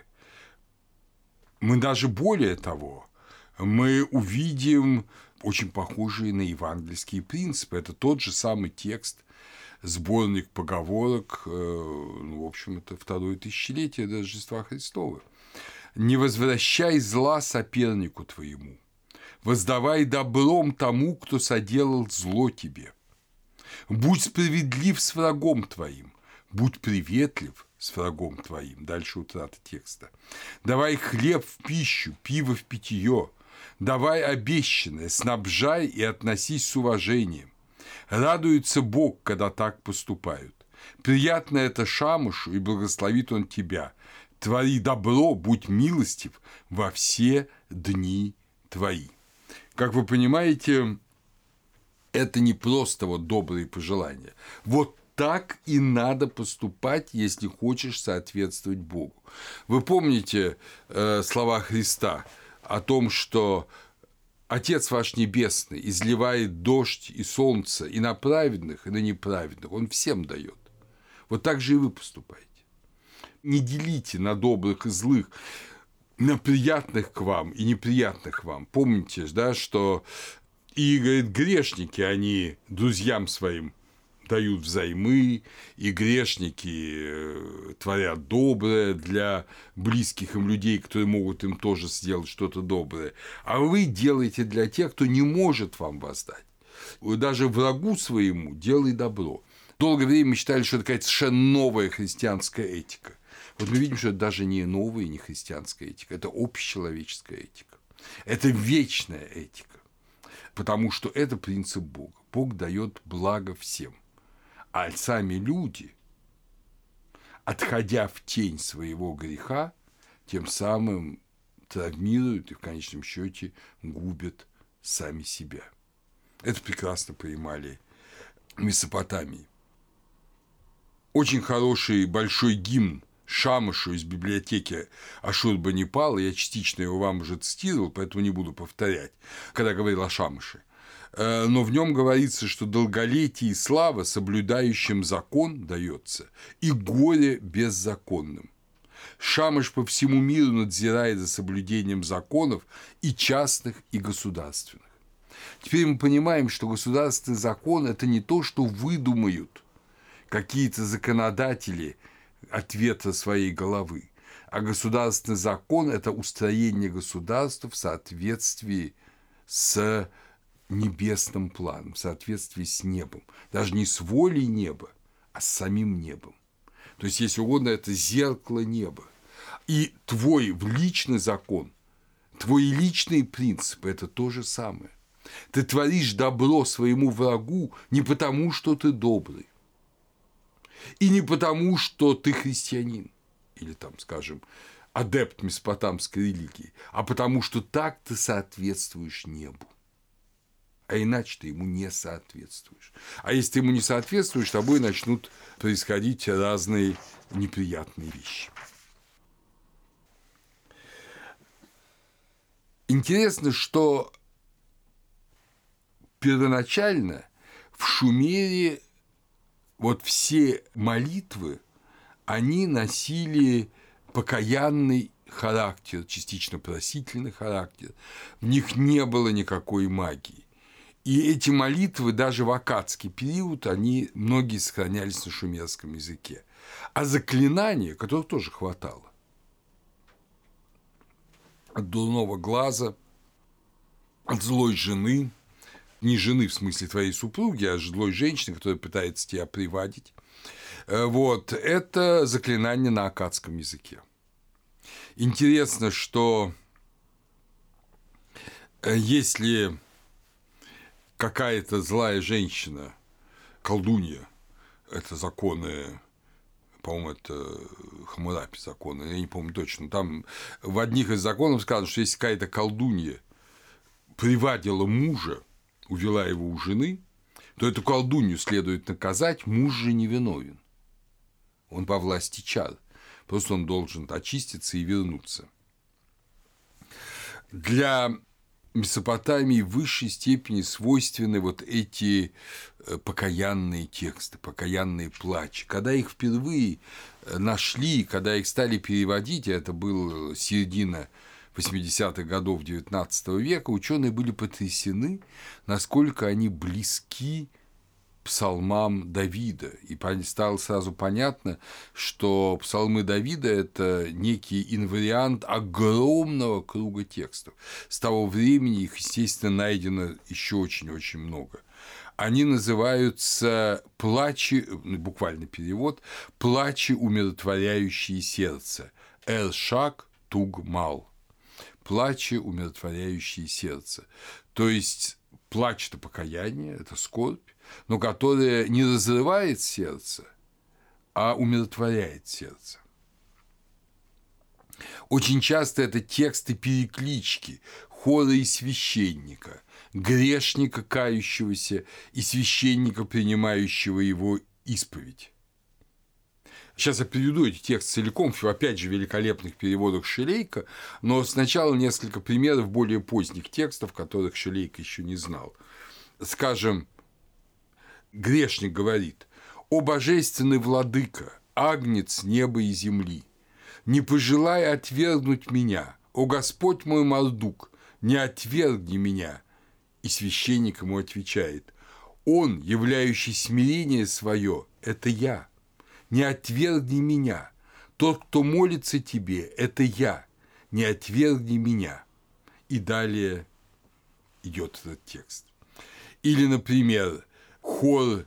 Мы даже более того, мы увидим очень похожие на евангельские принципы. Это тот же самый текст, сборник поговорок, ну, в общем, это второе тысячелетие до Рождества Христова. «Не возвращай зла сопернику твоему, воздавай добром тому, кто соделал зло тебе. Будь справедлив с врагом твоим, будь приветлив с врагом твоим». Дальше утрата текста. «Давай хлеб в пищу, пиво в питье, давай обещанное, снабжай и относись с уважением. Радуется Бог, когда так поступают. Приятно это Шамушу, и благословит он тебя. Твори добро, будь милостив во все дни твои». Как вы понимаете, это не просто вот добрые пожелания. Вот так и надо поступать, если хочешь соответствовать Богу. Вы помните э, слова Христа о том, что Отец ваш Небесный изливает дождь и солнце и на праведных, и на неправедных. Он всем дает. Вот так же и вы поступаете. Не делите на добрых и злых, на приятных к вам и неприятных к вам. Помните, да, что и, говорит, грешники, они друзьям своим дают взаймы, и грешники творят доброе для близких им людей, которые могут им тоже сделать что-то доброе. А вы делаете для тех, кто не может вам воздать. Вы даже врагу своему делай добро. Долгое время мы считали, что это какая-то совершенно новая христианская этика. Вот мы видим, что это даже не новая, не христианская этика, это общечеловеческая этика. Это вечная этика, потому что это принцип Бога. Бог дает благо всем. А сами люди, отходя в тень своего греха, тем самым травмируют и в конечном счете губят сами себя. Это прекрасно понимали в Месопотамии. Очень хороший большой гимн Шамашу из библиотеки Ашурбанипала, я частично его вам уже цитировал, поэтому не буду повторять, когда говорил о Шамаше. Но в нем говорится, что долголетие и слава соблюдающим закон дается, и горе беззаконным. Шамаш по всему миру надзирает за соблюдением законов и частных, и государственных. Теперь мы понимаем, что государственный закон – это не то, что выдумают какие-то законодатели от ветра своей головы, а государственный закон – это устроение государства в соответствии с небесным планом, в соответствии с небом, даже не с волей неба, а с самим небом. То есть, если угодно, это зеркало неба. И твой личный закон, твои личные принципы – это то же самое. Ты творишь добро своему врагу не потому, что ты добрый, и не потому, что ты христианин, или там, скажем, адепт месопотамской религии, а потому, что так ты соответствуешь небу. А иначе ты ему не соответствуешь. А если ты ему не соответствуешь, с тобой начнут происходить разные неприятные вещи. Интересно, что первоначально в Шумере вот все молитвы, они носили покаянный характер, частично просительный характер. В них не было никакой магии. И эти молитвы даже в аккадский период, они многие сохранялись на шумерском языке. А заклинания, которых тоже хватало, от дурного глаза, от злой жены, не жены в смысле твоей супруги, а злой женщины, которая пытается тебя приводить, вот, это заклинание на аккадском языке. Интересно, что если какая-то злая женщина, колдунья, это законы, по-моему, это Хаммурапи законы, я не помню точно, там в одних из законов сказано, что если какая-то колдунья приводила мужа, увела его у жены, то эту колдунью следует наказать, муж же не виновен. Он во власти чар, просто он должен очиститься и вернуться. Для Месопотамии в высшей степени свойственны вот эти покаянные тексты, покаянные плачи. Когда их впервые нашли, когда их стали переводить, это была середина восьмидесятых годов девятнадцатого века, ученые были потрясены, насколько они близки псалмам Давида. И стало сразу понятно, что псалмы Давида – это некий инвариант огромного круга текстов. С того времени их, естественно, найдено еще очень-очень много. Они называются «плачи», буквально перевод, «плачи, умиротворяющие сердце», «эр-шак туг-мал», «плачи, умиротворяющие сердце». То есть плач – это покаяние, это скорбь, но которая не разрывает сердце, а умиротворяет сердце. Очень часто это тексты-переклички хора и священника, грешника, кающегося, и священника, принимающего его исповедь. Сейчас я переведу эти тексты целиком, опять же, в великолепных переводах Шилейко, но сначала несколько примеров более поздних текстов, которых Шилейко еще не знал. Скажем, грешник говорит: «О божественный владыка, агнец неба и земли, не пожелай отвергнуть меня, о Господь мой Мардук, не отвергни меня». И священник ему отвечает: «Он, являющий смирение свое, это я, не отвергни меня, тот, кто молится тебе, это я, не отвергни меня». И далее идет этот текст. Или, например, хор: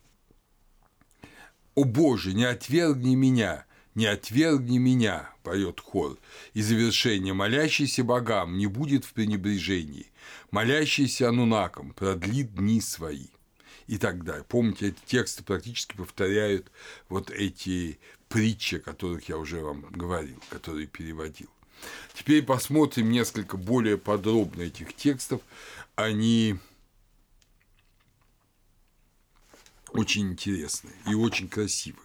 «О Боже, не отвергни меня, не отвергни меня», поет хор. И завершение: «Молящийся богам не будет в пренебрежении, молящийся Анунакам продлит дни свои». И так далее. Помните, эти тексты практически повторяют вот эти притчи, о которых я уже вам говорил, которые переводил. Теперь посмотрим несколько более подробно этих текстов. Они очень интересные и очень красивые.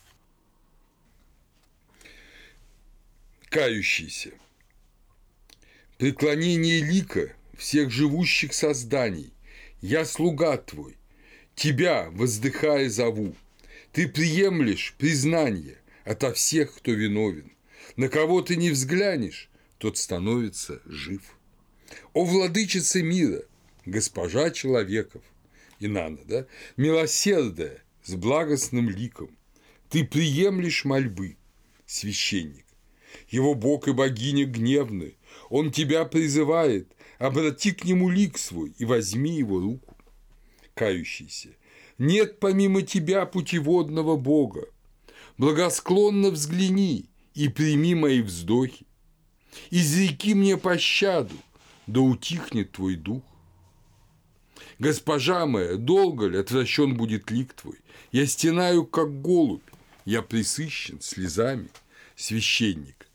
Кающийся. «Преклонение лика всех живущих созданий, я слуга твой, тебя, воздыхая, зову, ты приемлешь признание ото всех, кто виновен, на кого ты не взглянешь, тот становится жив. О владычица мира, госпожа человеков», Инанна, да, «милосердная, с благостным ликом, ты приемлешь мольбы, священник. Его бог и богиня гневны, он тебя призывает, обрати к нему лик свой и возьми его руку». Кающийся: «Нет помимо тебя путеводного бога, Благосклонно взгляни и прими мои вздохи. Изреки мне пощаду, да утихнет твой дух. Госпожа моя, долго ли отвращен будет лик твой? Я стенаю, как голубь, я пресыщен слезами, священник.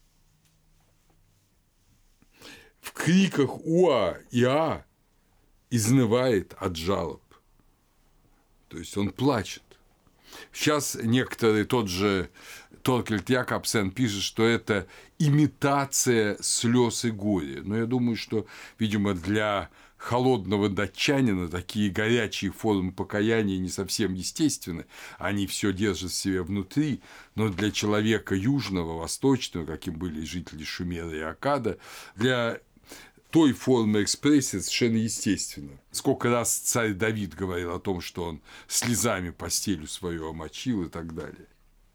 В криках «Уа!» и «А!» изнывает от жалоб. То есть он плачет. Сейчас некоторые, тот же Торкельд Якобсен пишет, что это имитация слез и горя. Но я думаю, что, видимо, для холодного датчанина такие горячие формы покаяния не совсем естественны. Они все держат в себе внутри, но для человека южного, восточного, каким были жители Шумера и Аккада, для той формы экспрессии совершенно естественно. Сколько раз царь Давид говорил о том, что он слезами постелю свою омочил и так далее.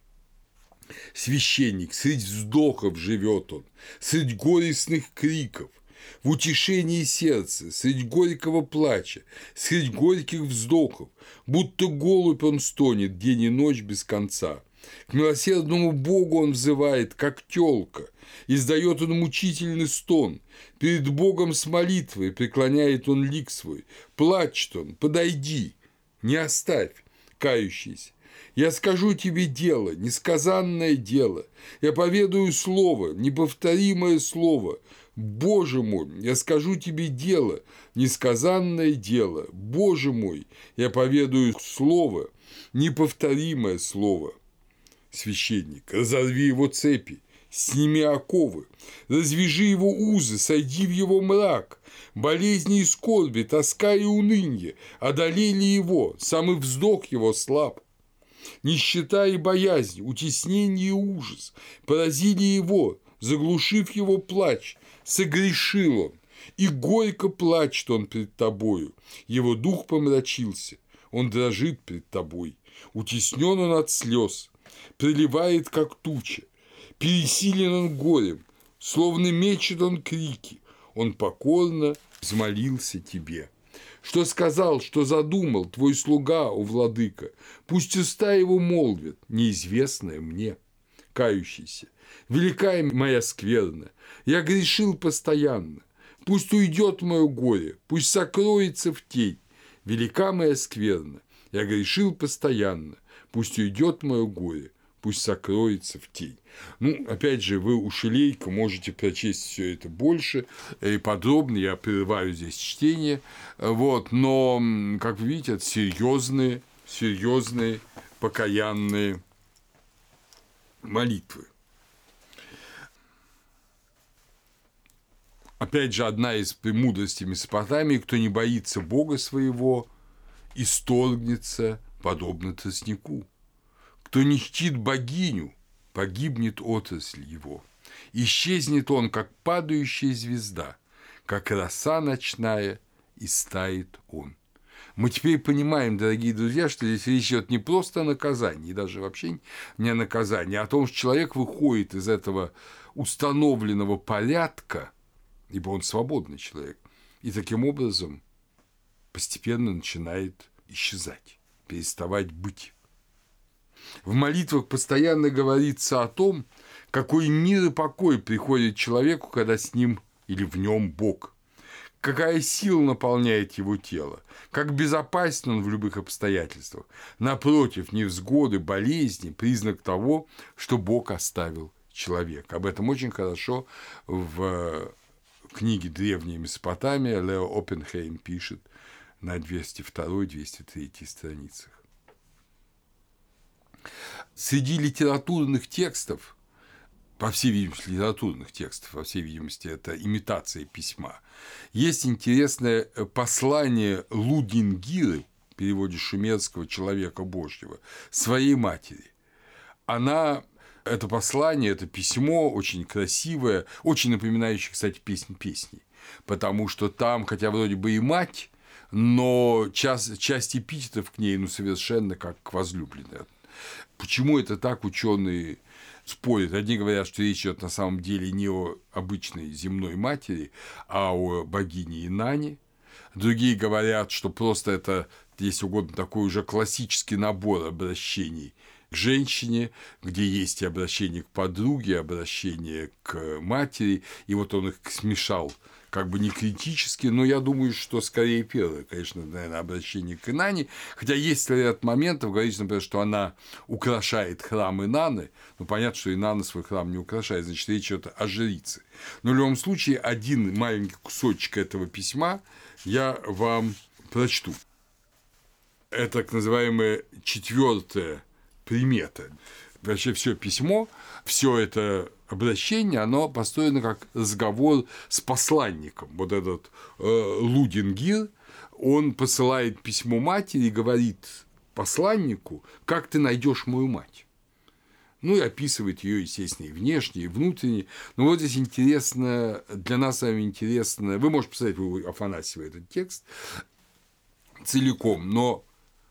Священник, средь вздохов живет он, средь горестных криков, в утешении сердца, средь горького плача, средь горьких вздохов, будто голубь он стонет день и ночь без конца. К милосердному Богу он взывает, как тёлка, издает он мучительный стон, перед Богом с молитвой преклоняет он лик свой, плачет он, подойди, не оставь, кающийся. Я скажу тебе дело, несказанное дело, я поведаю слово, неповторимое слово. Боже мой, я скажу тебе дело, несказанное дело. Боже мой, я поведаю слово, неповторимое слово. Священник, разорви его цепи, сними оковы, развяжи его узы, сойди в его мрак. Болезни и скорби, тоска и унынье одолели его, самый вздох его слаб. Нищета и боязнь, утеснение и ужас поразили его, заглушив его плач, согрешил он, и горько плачет он пред тобою, его дух помрачился, он дрожит пред тобой, утеснен он от слез, приливает, как туча, пересилен он горем, словно мечет он крики, он покорно взмолился тебе. Что сказал, что задумал твой слуга, о владыка, пусть уста его молвят, неизвестное мне, кающийся. Велика моя скверна, я грешил постоянно, пусть уйдет мое горе, пусть сокроется в тень. Велика моя скверна, я грешил постоянно, пусть уйдет мое горе, пусть сокроется в тень. Ну, опять же, вы у Шилейка можете прочесть все это больше и подробно, я прерываю здесь чтение, вот, но, как вы видите, это серьезные, серьезные покаянные молитвы. Опять же, одна из премудростей Месопотамии: кто не боится Бога своего, исторгнется подобно тростнику. Кто не чтит богиню, погибнет отрасль его. Исчезнет он, как падающая звезда, как роса ночная, и стает он. Мы теперь понимаем, дорогие друзья, что здесь речь идет не просто о наказании, даже вообще не о наказании, а о том, что человек выходит из этого установленного порядка, ибо он свободный человек, и таким образом постепенно начинает исчезать, переставать быть. В молитвах постоянно говорится о том, какой мир и покой приходит человеку, когда с ним или в нем Бог, какая сила наполняет его тело, как безопасен он в любых обстоятельствах. Напротив, невзгоды, болезни – признак того, что Бог оставил человека. Об этом очень хорошо в книге «Древняя Месопотамия» Лео Оппенхейм пишет на двести второй — двести третьей страницах. Среди литературных текстов, по всей видимости, литературных текстов, по всей видимости, это имитация письма, есть интересное послание Лудингиры, в переводе шумерского «человека Божьего», своей матери. Она, это послание, это письмо очень красивое, очень напоминающее, кстати, песнь песней, потому что там, хотя вроде бы и мать, но часть, часть эпитетов к ней, ну, совершенно как к возлюбленной. Почему это так, ученые спорят. Одни говорят, что речь идет на самом деле не о обычной земной матери, а о богине Инанне. Другие говорят, что просто это, если угодно, такой уже классический набор обращений к женщине, где есть и обращение к подруге, обращение к матери, и вот он их смешал как бы не критически, но я думаю, что скорее первое, конечно, наверное, обращение к Инанне, хотя есть ряд моментов, говорится, например, что она украшает храм Инанны, ну, понятно, что Инанна свой храм не украшает, значит, речь идет о жрице. Но в любом случае, один маленький кусочек этого письма я вам прочту. Это так называемая четвертая примета. Вообще все письмо, все это обращение, оно построено как разговор с посланником. Вот этот э, Лудингир, он посылает письмо матери и говорит посланнику, как ты найдешь мою мать. Ну и описывает ее, естественно, и внешне, и внутренне. Но вот здесь интересно, для нас с вами интересно, вы можете посмотреть у Афанасьева этот текст целиком, но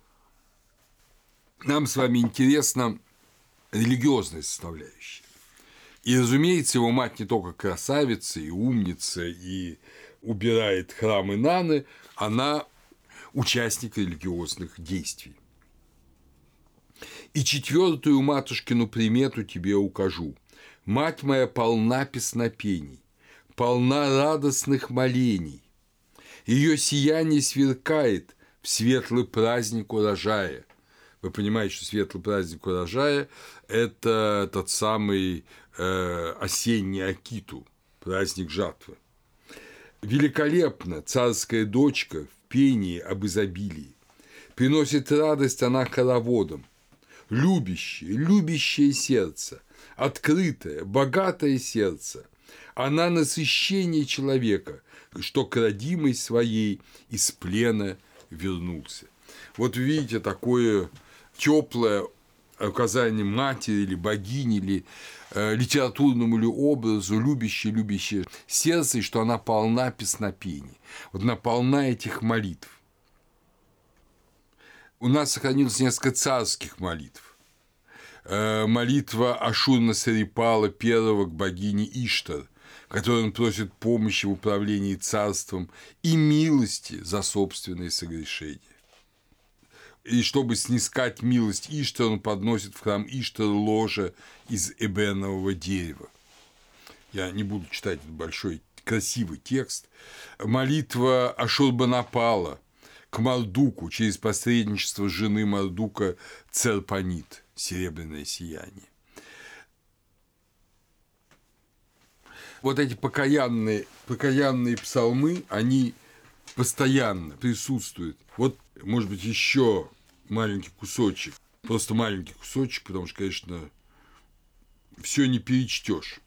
нам с вами интересна религиозная составляющая. И, разумеется, его мать не только красавица и умница, и убирает храм Инанны, она участник религиозных действий. «И четвертую матушкину примету тебе укажу. Мать моя полна песнопений, полна радостных молений. Ее сияние сверкает в светлый праздник урожая». Вы понимаете, что светлый праздник урожая – это тот самый э, осенний Акиту, праздник жатвы. Великолепно царская дочка в пении об изобилии. Приносит радость она хороводам. Любящее, любящее сердце, открытое, богатое сердце. Она насыщение человека, что к родимой своей из плена вернулся. Вот видите, такое теплое указание матери или богини, или э, литературному ли образу, любящее, любящее сердце, и что она полна песнопений. Вот она полна этих молитв. У нас сохранилось несколько царских молитв. Э, молитва Ашур-Насарипала первого к богине Иштар, в которой он просит помощи в управлении царством и милости за собственные согрешения. И чтобы снискать милость Иштар, он подносит в храм Иштар ложе из эбенового дерева. Я не буду читать этот большой красивый текст. Молитва Ашурбанапала к Мардуку через посредничество жены Мардука Церпанит, серебряное сияние. Вот эти покаянные, покаянные псалмы, они постоянно присутствуют. Вот, может быть, еще маленький кусочек, просто маленький кусочек, потому что, конечно, все не перечтешь.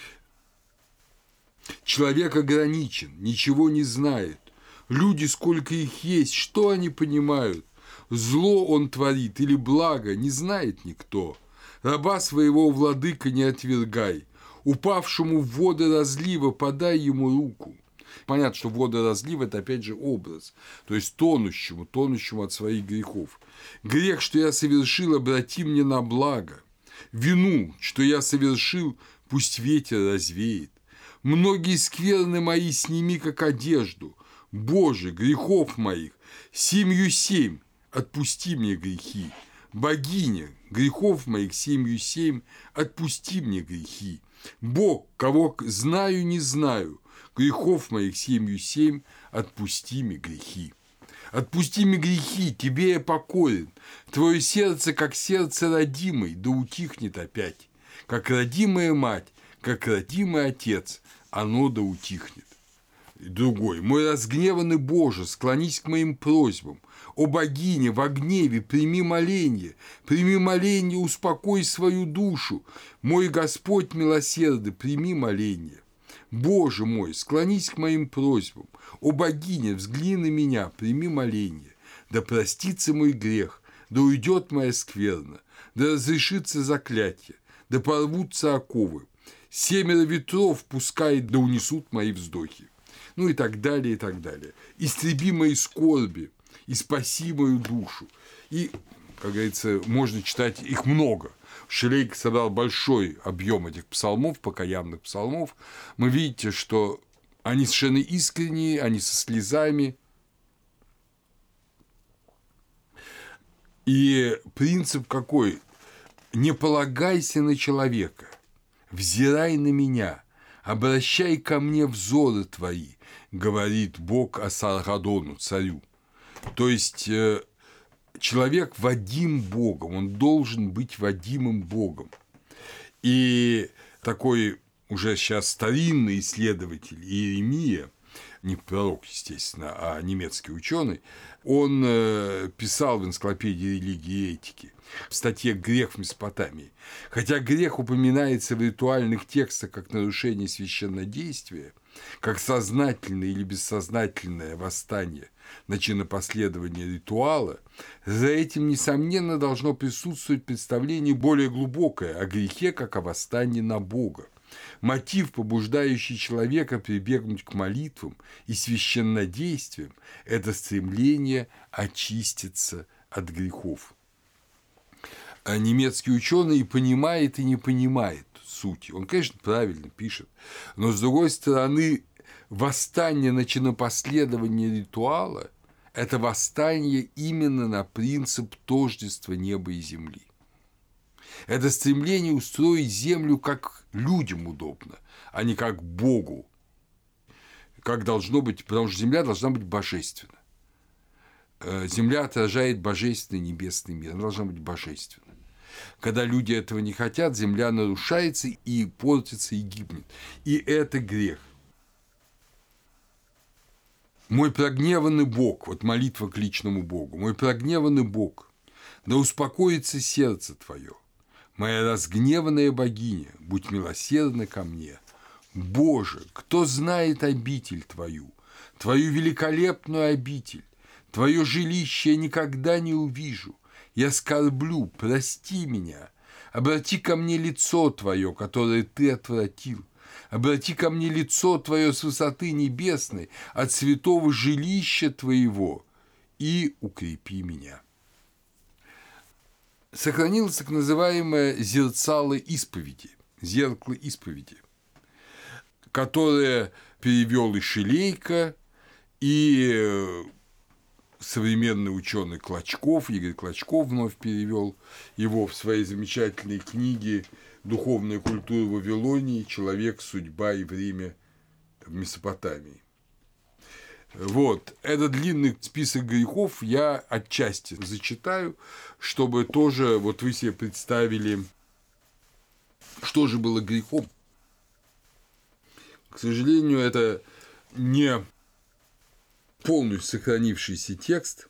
Человек ограничен, ничего не знает. Люди, сколько их есть, что они понимают? Зло он творит или благо, не знает никто. Раба своего владыка не отвергай. Упавшему в воды разлива подай ему руку. Понятно, что водоразлив – это, опять же, образ, то есть тонущему, тонущему от своих грехов. Грех, что я совершил, обрати мне на благо. Вину, что я совершил, пусть ветер развеет. Многие скверны мои сними, как одежду. Боже, грехов моих, семью семь, отпусти мне грехи. Богиня, грехов моих семью семь, отпусти мне грехи. Бог, кого знаю, не знаю, грехов моих семью семь, отпусти мне грехи. Отпусти мне грехи, тебе я покорен. Твое сердце, как сердце родимой, да утихнет опять. Как родимая мать, как родимый отец, оно да утихнет. И другой. Мой разгневанный Боже, склонись к моим просьбам. О богине, во гневе прими моление, прими моление, успокой свою душу. Мой Господь милосердный, прими моление. Боже мой, склонись к моим просьбам. О богине, взгляни на меня, прими моление. Да простится мой грех, да уйдет моя скверна, да разрешится заклятие, да порвутся оковы. Семеро ветров пускай, да унесут мои вздохи. Ну и так далее, и так далее. Истреби мои скорби и спаси мою душу. И, как говорится, можно читать их много. Шелейк собрал большой объем этих псалмов, покаянных псалмов. Мы видите, что они совершенно искренние, они со слезами. И принцип какой? Не полагайся на человека, взирай на меня, обращай ко мне взоры твои, говорит Бог Асаргадону, царю. То есть человек водим Богом, он должен быть водимым Богом. И такой уже сейчас старинный исследователь Иеремия, не пророк, естественно, а немецкий ученый, он писал в энциклопедии религии и этики в статье «Грех в Месопотамии». Хотя грех упоминается в ритуальных текстах как нарушение священнодействия, как сознательное или бессознательное восстание на чинопоследование ритуала, за этим, несомненно, должно присутствовать представление более глубокое о грехе как о восстании на Бога. Мотив, побуждающий человека прибегнуть к молитвам и священнодействиям, – это стремление очиститься от грехов. А немецкий ученый и понимает, и не понимает суть. Он, конечно, правильно пишет, но, с другой стороны, восстание на чинопоследование ритуала – это восстание именно на принцип тождества неба и земли. Это стремление устроить землю как людям удобно, а не как Богу, как должно быть, потому что земля должна быть божественна. Земля отражает божественный небесный мир, она должна быть божественна. Когда люди этого не хотят, земля нарушается и портится, и гибнет. И это грех. Мой прогневанный Бог, вот молитва к личному Богу, мой прогневанный Бог, да успокоится сердце твое. Моя разгневанная богиня, будь милосердна ко мне. Боже, кто знает обитель Твою, Твою великолепную обитель, Твое жилище я никогда не увижу. Я скорблю, прости меня. Обрати ко мне лицо Твое, которое Ты отвратил. Обрати ко мне лицо Твое с высоты небесной, от святого жилища Твоего, и укрепи меня. Сохранилось так называемое зерцало исповеди, зеркало исповеди, которое перевел и Шилейко, и современный ученый Клочков, Игорь Клочков вновь перевел его в своей замечательной книге «Духовная культура Вавилонии. Человек, судьба и время в Месопотамии». Вот, этот длинный список грехов я отчасти зачитаю, чтобы тоже вот вы себе представили, что же было грехом. К сожалению, это не полностью сохранившийся текст,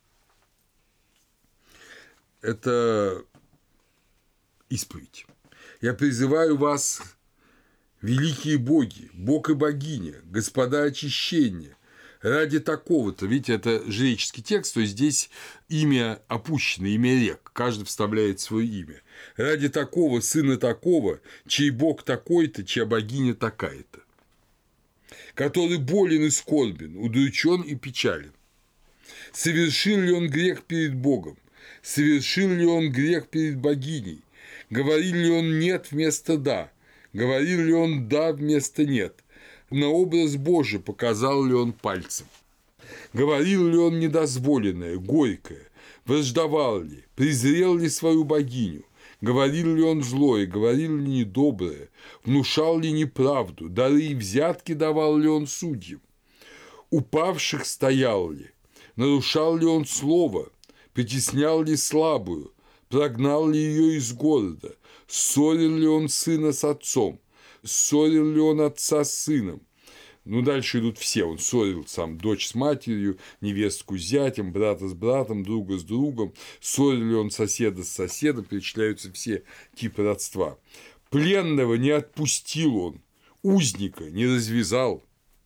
это исповедь. Я призываю вас, великие боги, Бог и богиня, господа очищения, ради такого-то, видите, это жреческий текст, то есть здесь имя опущено, имя рек, каждый вставляет свое имя. Ради такого, сына такого, чей бог такой-то, чья богиня такая-то, который болен и скорбен, удручен и печален. Совершил ли он грех перед Богом? Совершил ли он грех перед богиней? Говорил ли он «нет» вместо «да»? Говорил ли он «да» вместо «нет»? На образ Божий показал ли он пальцем? Говорил ли он недозволенное, горькое? Враждовал ли? Презрел ли свою богиню? Говорил ли он злое? Говорил ли недоброе? Внушал ли неправду? Дары и взятки давал ли он судьям? Упавших стоял ли? Нарушал ли он слово? Притеснял ли слабую? Прогнал ли ее из города? Ссорил ли он сына с отцом? Ссорил ли он отца с сыном? Ну, дальше идут все. Он ссорил сам дочь с матерью, невестку с зятем, брата с братом, друга с другом. Ссорил ли он соседа с соседом, перечисляются все типы родства. Пленного не отпустил он, узника не развязал.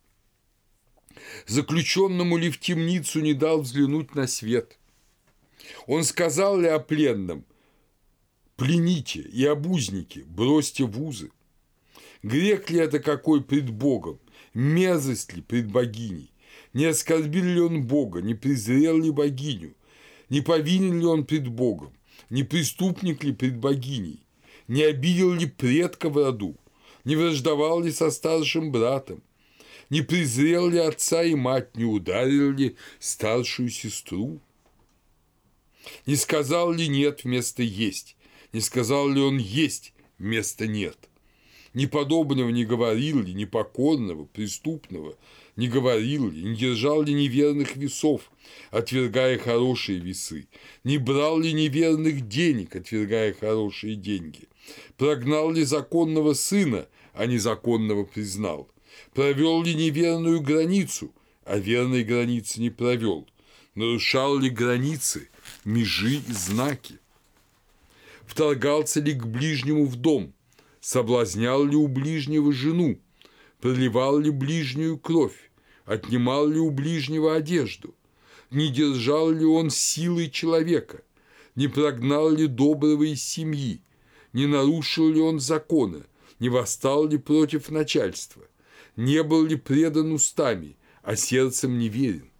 Заключенному ли в темницу не дал взглянуть на свет? Он сказал ли о пленном: плените, и об узнике бросьте в узы? Грех ли это какой пред Богом? Мерзость ли пред богиней? Не оскорбил ли он Бога? Не презрел ли богиню? Не повинен ли он пред Богом? Не преступник ли пред богиней? Не обидел ли предка в роду? Не враждовал ли со старшим братом? Не презрел ли отца и мать? Не ударил ли старшую сестру? Не сказал ли «нет» вместо «есть»? Не сказал ли он «есть» вместо «нет»? Ни подобного не говорил ли, непокорного, преступного, не говорил ли, не держал ли неверных весов, отвергая хорошие весы, не брал ли неверных денег, отвергая хорошие деньги, прогнал ли законного сына, а незаконного признал, провел ли неверную границу, а верной границы не провел, нарушал ли границы, межи и знаки, вторгался ли к ближнему в дом, соблазнял ли у ближнего жену, проливал ли ближнюю кровь, отнимал ли у ближнего одежду, не держал ли он силой человека, не прогнал ли доброго из семьи, не нарушил ли он закона, не восстал ли против начальства, не был ли предан устами, а сердцем не верен,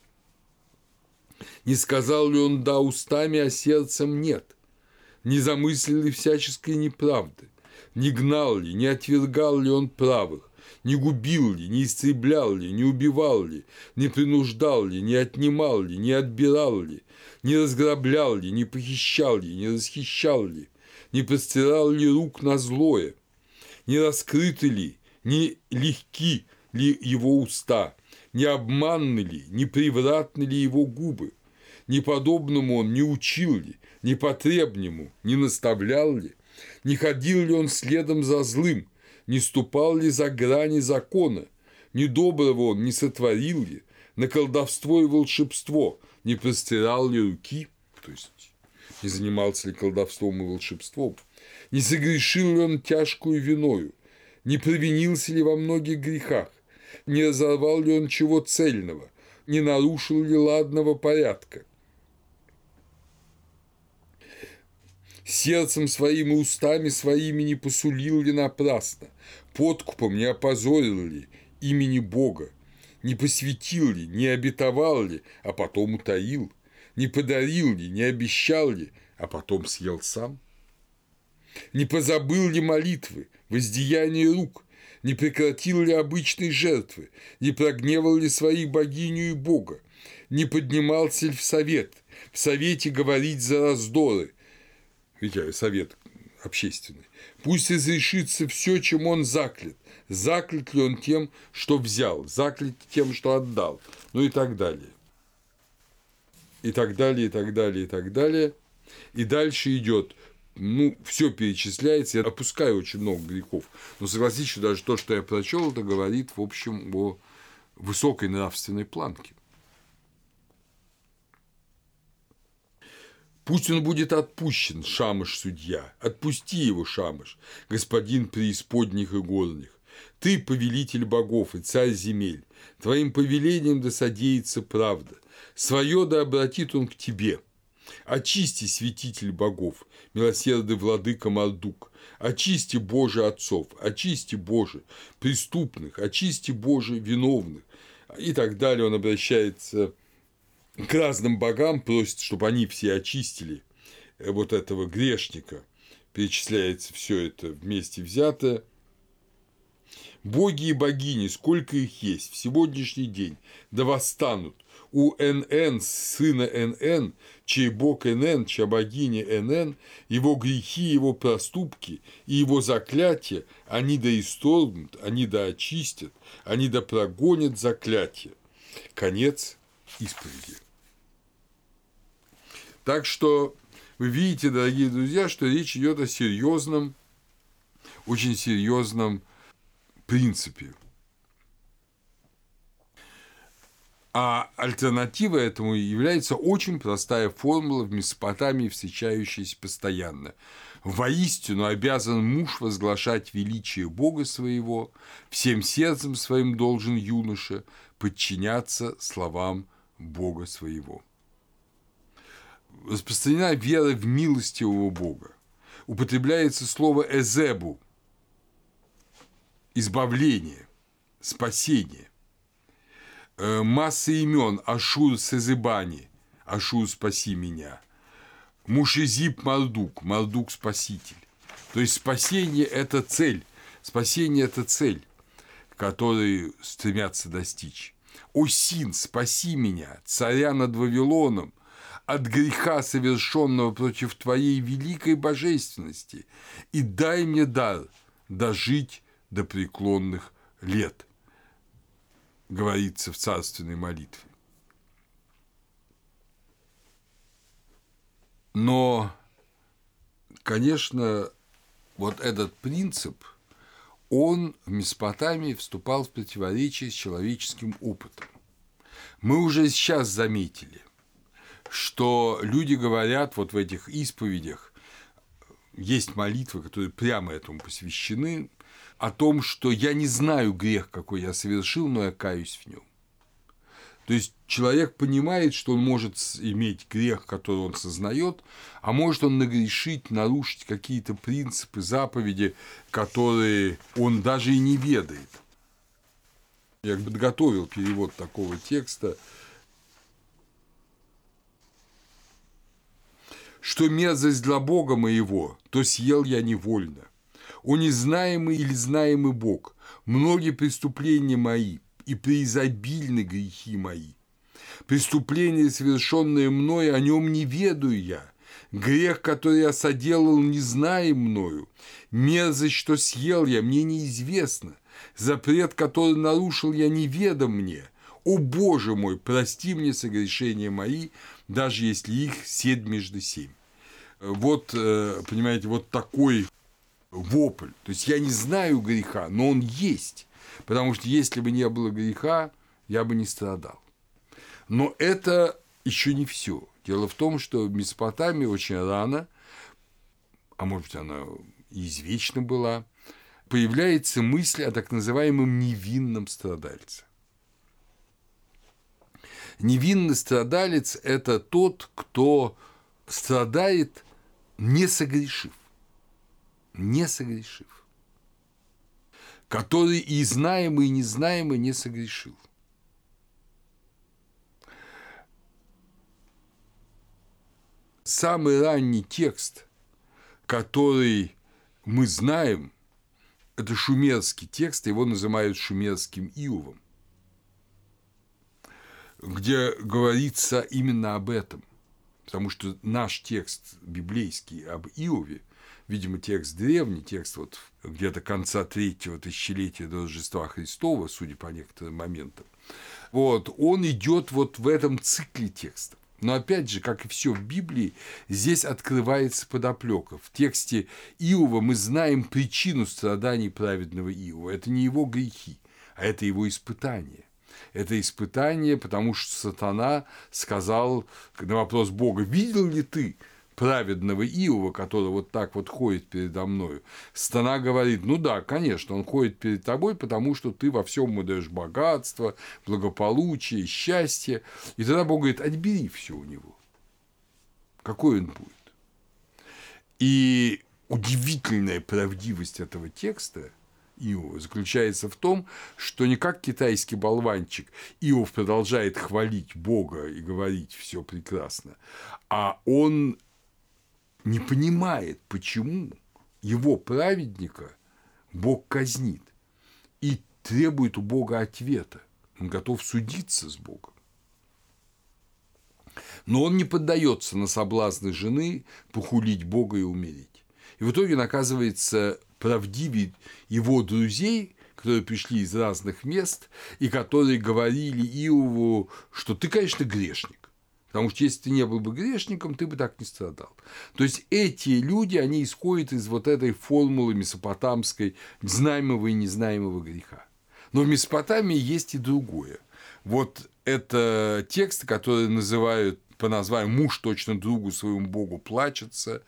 не сказал ли он «да» устами, а сердцем «нет», не замыслил ли всяческой неправды, не гнал ли, не отвергал ли он правых, не губил ли, не истреблял ли, не убивал ли, не принуждал ли, не отнимал ли, не отбирал ли, не разграблял ли, не похищал ли, не расхищал ли, не простирал ли рук на злое, не раскрыты ли, не легки ли его уста, не обманны ли, не превратны ли его губы, не подобному он не учил ли, не потребнему не наставлял ли, не ходил ли он следом за злым, не ступал ли за грани закона, ни доброго он не сотворил ли, на колдовство и волшебство не простирал ли руки, то есть не занимался ли колдовством и волшебством, не согрешил ли он тяжкую виною, не провинился ли во многих грехах, не разорвал ли он чего цельного, не нарушил ли ладного порядка, сердцем своим и устами своими не посулил ли напрасно, подкупом не опозорил ли имени Бога, не посвятил ли, не обетовал ли, а потом утаил, не подарил ли, не обещал ли, а потом съел сам, не позабыл ли молитвы, воздеяние рук, не прекратил ли обычной жертвы, не прогневал ли своих богиню и Бога, не поднимался ли в совет, в совете говорить за раздоры, ведь совет общественный, пусть разрешится все, чем он заклят, заклят ли он тем, что взял, заклят тем, что отдал, ну и так далее. И так далее, и так далее, и так далее. И дальше идет, ну, все перечисляется, я опускаю очень много грехов, но согласитесь, что даже то, что я прочел, это говорит, в общем, о высокой нравственной планке. Пусть он будет отпущен, Шамыш судья, отпусти его, Шамыш, господин преисподних и горних. Ты повелитель богов и царь земель, твоим повелением да содеется правда, свое да обратит он к тебе. Очисти, святитель богов, милосердный владыка Мардук, очисти, Боже, отцов, очисти, Боже, преступных, очисти, Боже, виновных. И так далее. Он обращается к разным богам, просит, чтобы они все очистили вот этого грешника. Перечисляется все это вместе взятое. Боги и богини, сколько их есть в сегодняшний день, да восстанут у эн-эн, сына эн-эн, чей бог эн-эн, чья богиня эн-эн, его грехи, его проступки и его заклятия, они да исторгнут, они да очистят, они да прогонят заклятие. Конец исповеди. Так что вы видите, дорогие друзья, что речь идет о серьезном, очень серьезном принципе. А альтернатива этому является очень простая формула в Месопотамии, встречающаяся постоянно. Воистину обязан муж возглашать величие Бога своего, всем сердцем своим должен юноша подчиняться словам Бога своего. Распространена вера в милостивого Бога. Употребляется слово «эзебу» – избавление, спасение. Масса имен: Ашур Сезебани, Ашур спаси меня, Мушизип Мардук, Мардук спаситель. То есть спасение – это цель, спасение – это цель, которой стремятся достичь. Осин, спаси меня, царя над Вавилоном, от греха, совершенного против Твоей великой божественности, и дай мне дар дожить до преклонных лет», говорится в царственной молитве. Но, конечно, вот этот принцип, он в Месопотамии вступал в противоречие с человеческим опытом. Мы уже сейчас заметили, что люди говорят вот в этих исповедях, есть молитвы, которые прямо этому посвящены, о том, что я не знаю грех, какой я совершил, но я каюсь в нем. То есть человек понимает, что он может иметь грех, который он сознает, а может он нагрешить, нарушить какие-то принципы, заповеди, которые он даже и не ведает. Я подготовил перевод такого текста, что мерзость для Бога моего, то съел я невольно. О незнаемый или знаемый Бог, многие преступления мои и преизобильны грехи мои. Преступление, совершенное мной, о нем не ведаю я. Грех, который я соделал, не зная мною. Мерзость, что съел я, мне неизвестно. Запрет, который нарушил я, неведом мне. О Боже мой, прости мне согрешения мои, даже если их седмежды семь. Вот, понимаете, вот такой вопль. То есть я не знаю греха, но он есть. Потому что если бы не было греха, я бы не страдал. Но это еще не все. Дело в том, что в Месопотамии очень рано, а может быть, она и извечно была, появляется мысль о так называемом невинном страдальце. Невинный страдалец – это тот, кто страдает, не согрешив. Не согрешив. Который и знаемый, и незнаемый не согрешил. Самый ранний текст, который мы знаем, это шумерский текст, его называют шумерским Иовом, где говорится именно об этом. Потому что наш текст библейский об Иове, видимо, текст древний, текст вот где-то конца третьего тысячелетия до Рождества Христова, судя по некоторым моментам, вот, он идет вот в этом цикле текстов. Но опять же, как и все в Библии, здесь открывается подоплека. В тексте Иова мы знаем причину страданий праведного Иова. Это не его грехи, а это его испытания. Это испытание, потому что сатана сказал на вопрос Бога: «Видел ли ты праведного Иова, который вот так вот ходит передо мною?» Сатана говорит: «Ну да, конечно, он ходит перед тобой, потому что ты во всем ему даешь богатство, благополучие, счастье». И тогда Бог говорит: «Отбери все у него. Какой он будет?» И удивительная правдивость этого текста Иова заключается в том, что не как китайский болванчик Иов продолжает хвалить Бога и говорить «все прекрасно», а он не понимает, почему его праведника Бог казнит, и требует у Бога ответа. Он готов судиться с Богом. Но он не поддается на соблазны жены похулить Бога и умереть. И в итоге он оказывается правдивее его друзей, которые пришли из разных мест и которые говорили Иову, что ты, конечно, грешник. Потому что если ты не был бы грешником, ты бы так не страдал. То есть эти люди, они исходят из вот этой формулы месопотамской знаемого и незнаемого греха. Но в Месопотамии есть и другое. Вот это тексты, которые называют по названию «Муж точно другу своему Богу плачется»,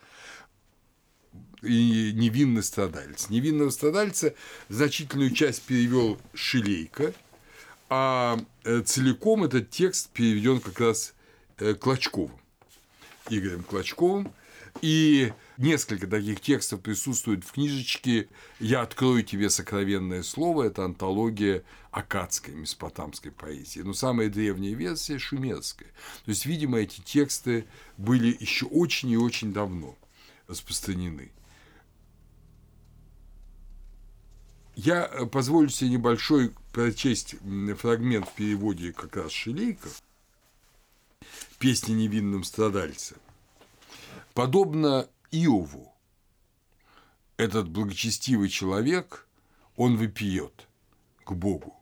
и «Невинный страдалец». «Невинного страдальца» значительную часть перевел Шилейко, а целиком этот текст переведен как раз Клочковым, Игорем Клочковым, и несколько таких текстов присутствует в книжечке «Я открою тебе сокровенное слово». Это антология аккадской месопотамской поэзии. Но самая древняя версия – шумерская. То есть, видимо, эти тексты были еще очень и очень давно распространены. Я позволю себе небольшой прочесть фрагмент в переводе как раз Шилейко. песне невинным страдальца. Подобно Иову, этот благочестивый человек, он вопиет к Богу.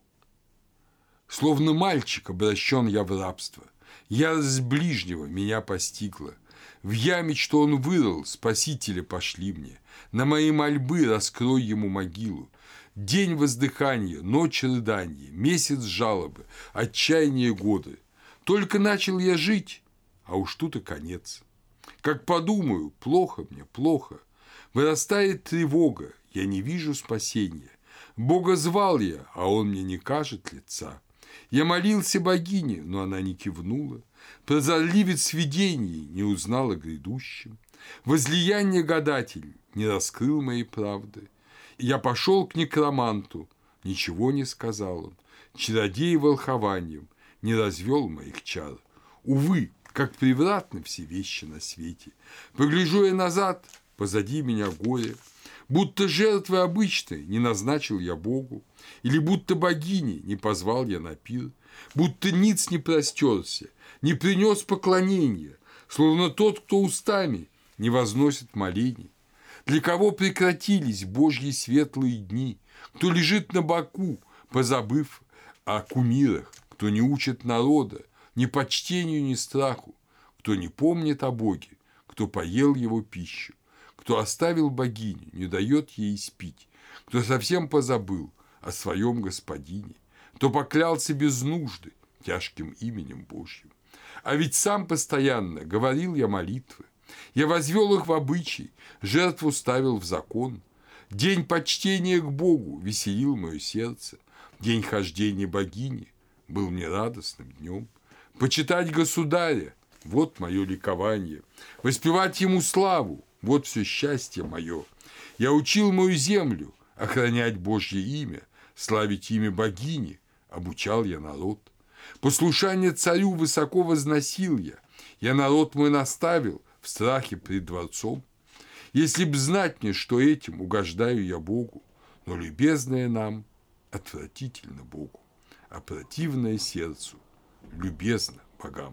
Словно мальчик обращен я в рабство, ярость ближнего меня постигла. В яме, что он вырыл, спасителя пошли мне, на мои мольбы раскрой ему могилу. День воздыхания, ночь рыдания, месяц жалобы, отчаяние годы. Только начал я жить, а уж тут и конец. Как подумаю, плохо мне, плохо. Вырастает тревога, я не вижу спасения. Бога звал я, а он мне не кажет лица. Я молился богине, но она не кивнула. Прозорливец видений не узнал о грядущем. Возлияние гадатель не раскрыл моей правды. Я пошел к некроманту, ничего не сказал он. Чародей волхованием не развел моих чар. Увы, как превратны все вещи на свете. Погляжу я назад, позади меня горе. Будто жертвы обычной не назначил я Богу, или будто богини не позвал я на пир, будто ниц не простерся, не принес поклонения, словно тот, кто устами не возносит молений. Для кого прекратились Божьи светлые дни, кто лежит на боку, позабыв о кумирах, кто не учит народа ни почтению, ни страху, кто не помнит о Боге, кто поел его пищу, кто оставил богиню, не дает ей спить, кто совсем позабыл о своем господине, кто поклялся без нужды тяжким именем Божьим. А ведь сам постоянно говорил я молитвы, я возвел их в обычай, жертву ставил в закон. День почтения к Богу веселил мое сердце, день хождения богини был мне радостным днем. Почитать государя – вот мое ликование, воспевать ему славу – вот все счастье мое. Я учил мою землю охранять Божье имя, славить имя богини, обучал я народ. Послушание царю высоко возносил я, я народ мой наставил в страхе пред дворцом. Если б знать мне, что этим угождаю я Богу, но любезное нам отвратительно Богу, а противное сердцу любезно богам.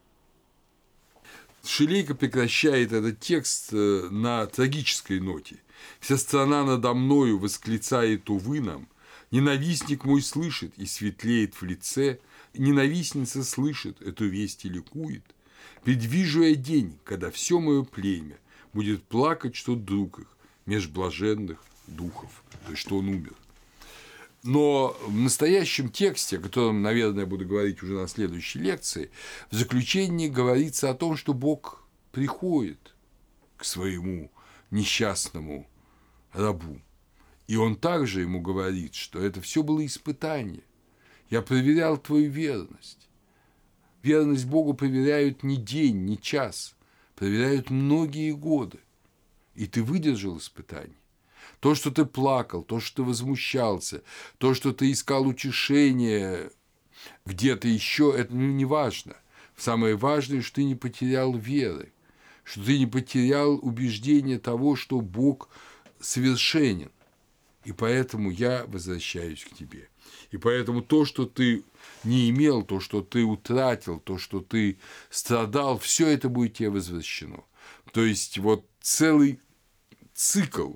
Шилейко прекращает этот текст на трагической ноте. «Вся страна надо мною восклицает, увы нам, ненавистник мой слышит и светлеет в лице, ненавистница слышит, эту весть и ликует. Предвижу я день, когда все мое племя будет плакать, что друг их меж блаженных духов», то есть, что он умер. Но в настоящем тексте, о котором, наверное, я буду говорить уже на следующей лекции, в заключении говорится о том, что Бог приходит к своему несчастному рабу. И он также ему говорит, что это все было испытание. Я проверял твою верность. Верность Богу проверяют не день, не час, проверяют многие годы. И ты выдержал испытание. То, что ты плакал, то, что ты возмущался, то, что ты искал утешение где-то еще, это не важно. Самое важное, что ты не потерял веры, что ты не потерял убеждения того, что Бог совершенен. И поэтому я возвращаюсь к тебе. И поэтому то, что ты не имел, то, что ты утратил, то, что ты страдал, все это будет тебе возвращено. То есть вот целый цикл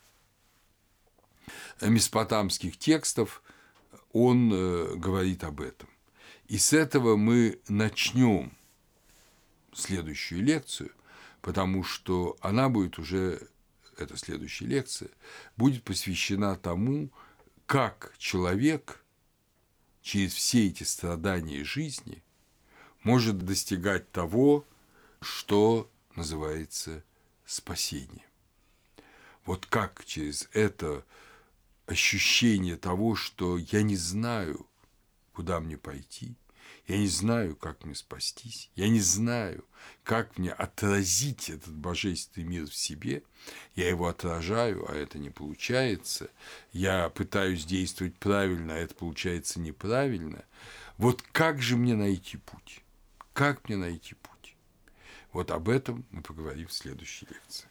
месопотамских текстов, он э, говорит об этом. И с этого мы начнем следующую лекцию, потому что она будет уже, эта следующая лекция, будет посвящена тому, как человек через все эти страдания жизни может достигать того, что называется спасение. Вот как через это ощущение того, что я не знаю, куда мне пойти, я не знаю, как мне спастись, я не знаю, как мне отразить этот божественный мир в себе, я его отражаю, а это не получается, я пытаюсь действовать правильно, а это получается неправильно. Вот как же мне найти путь? Как мне найти путь? Вот об этом мы поговорим в следующей лекции.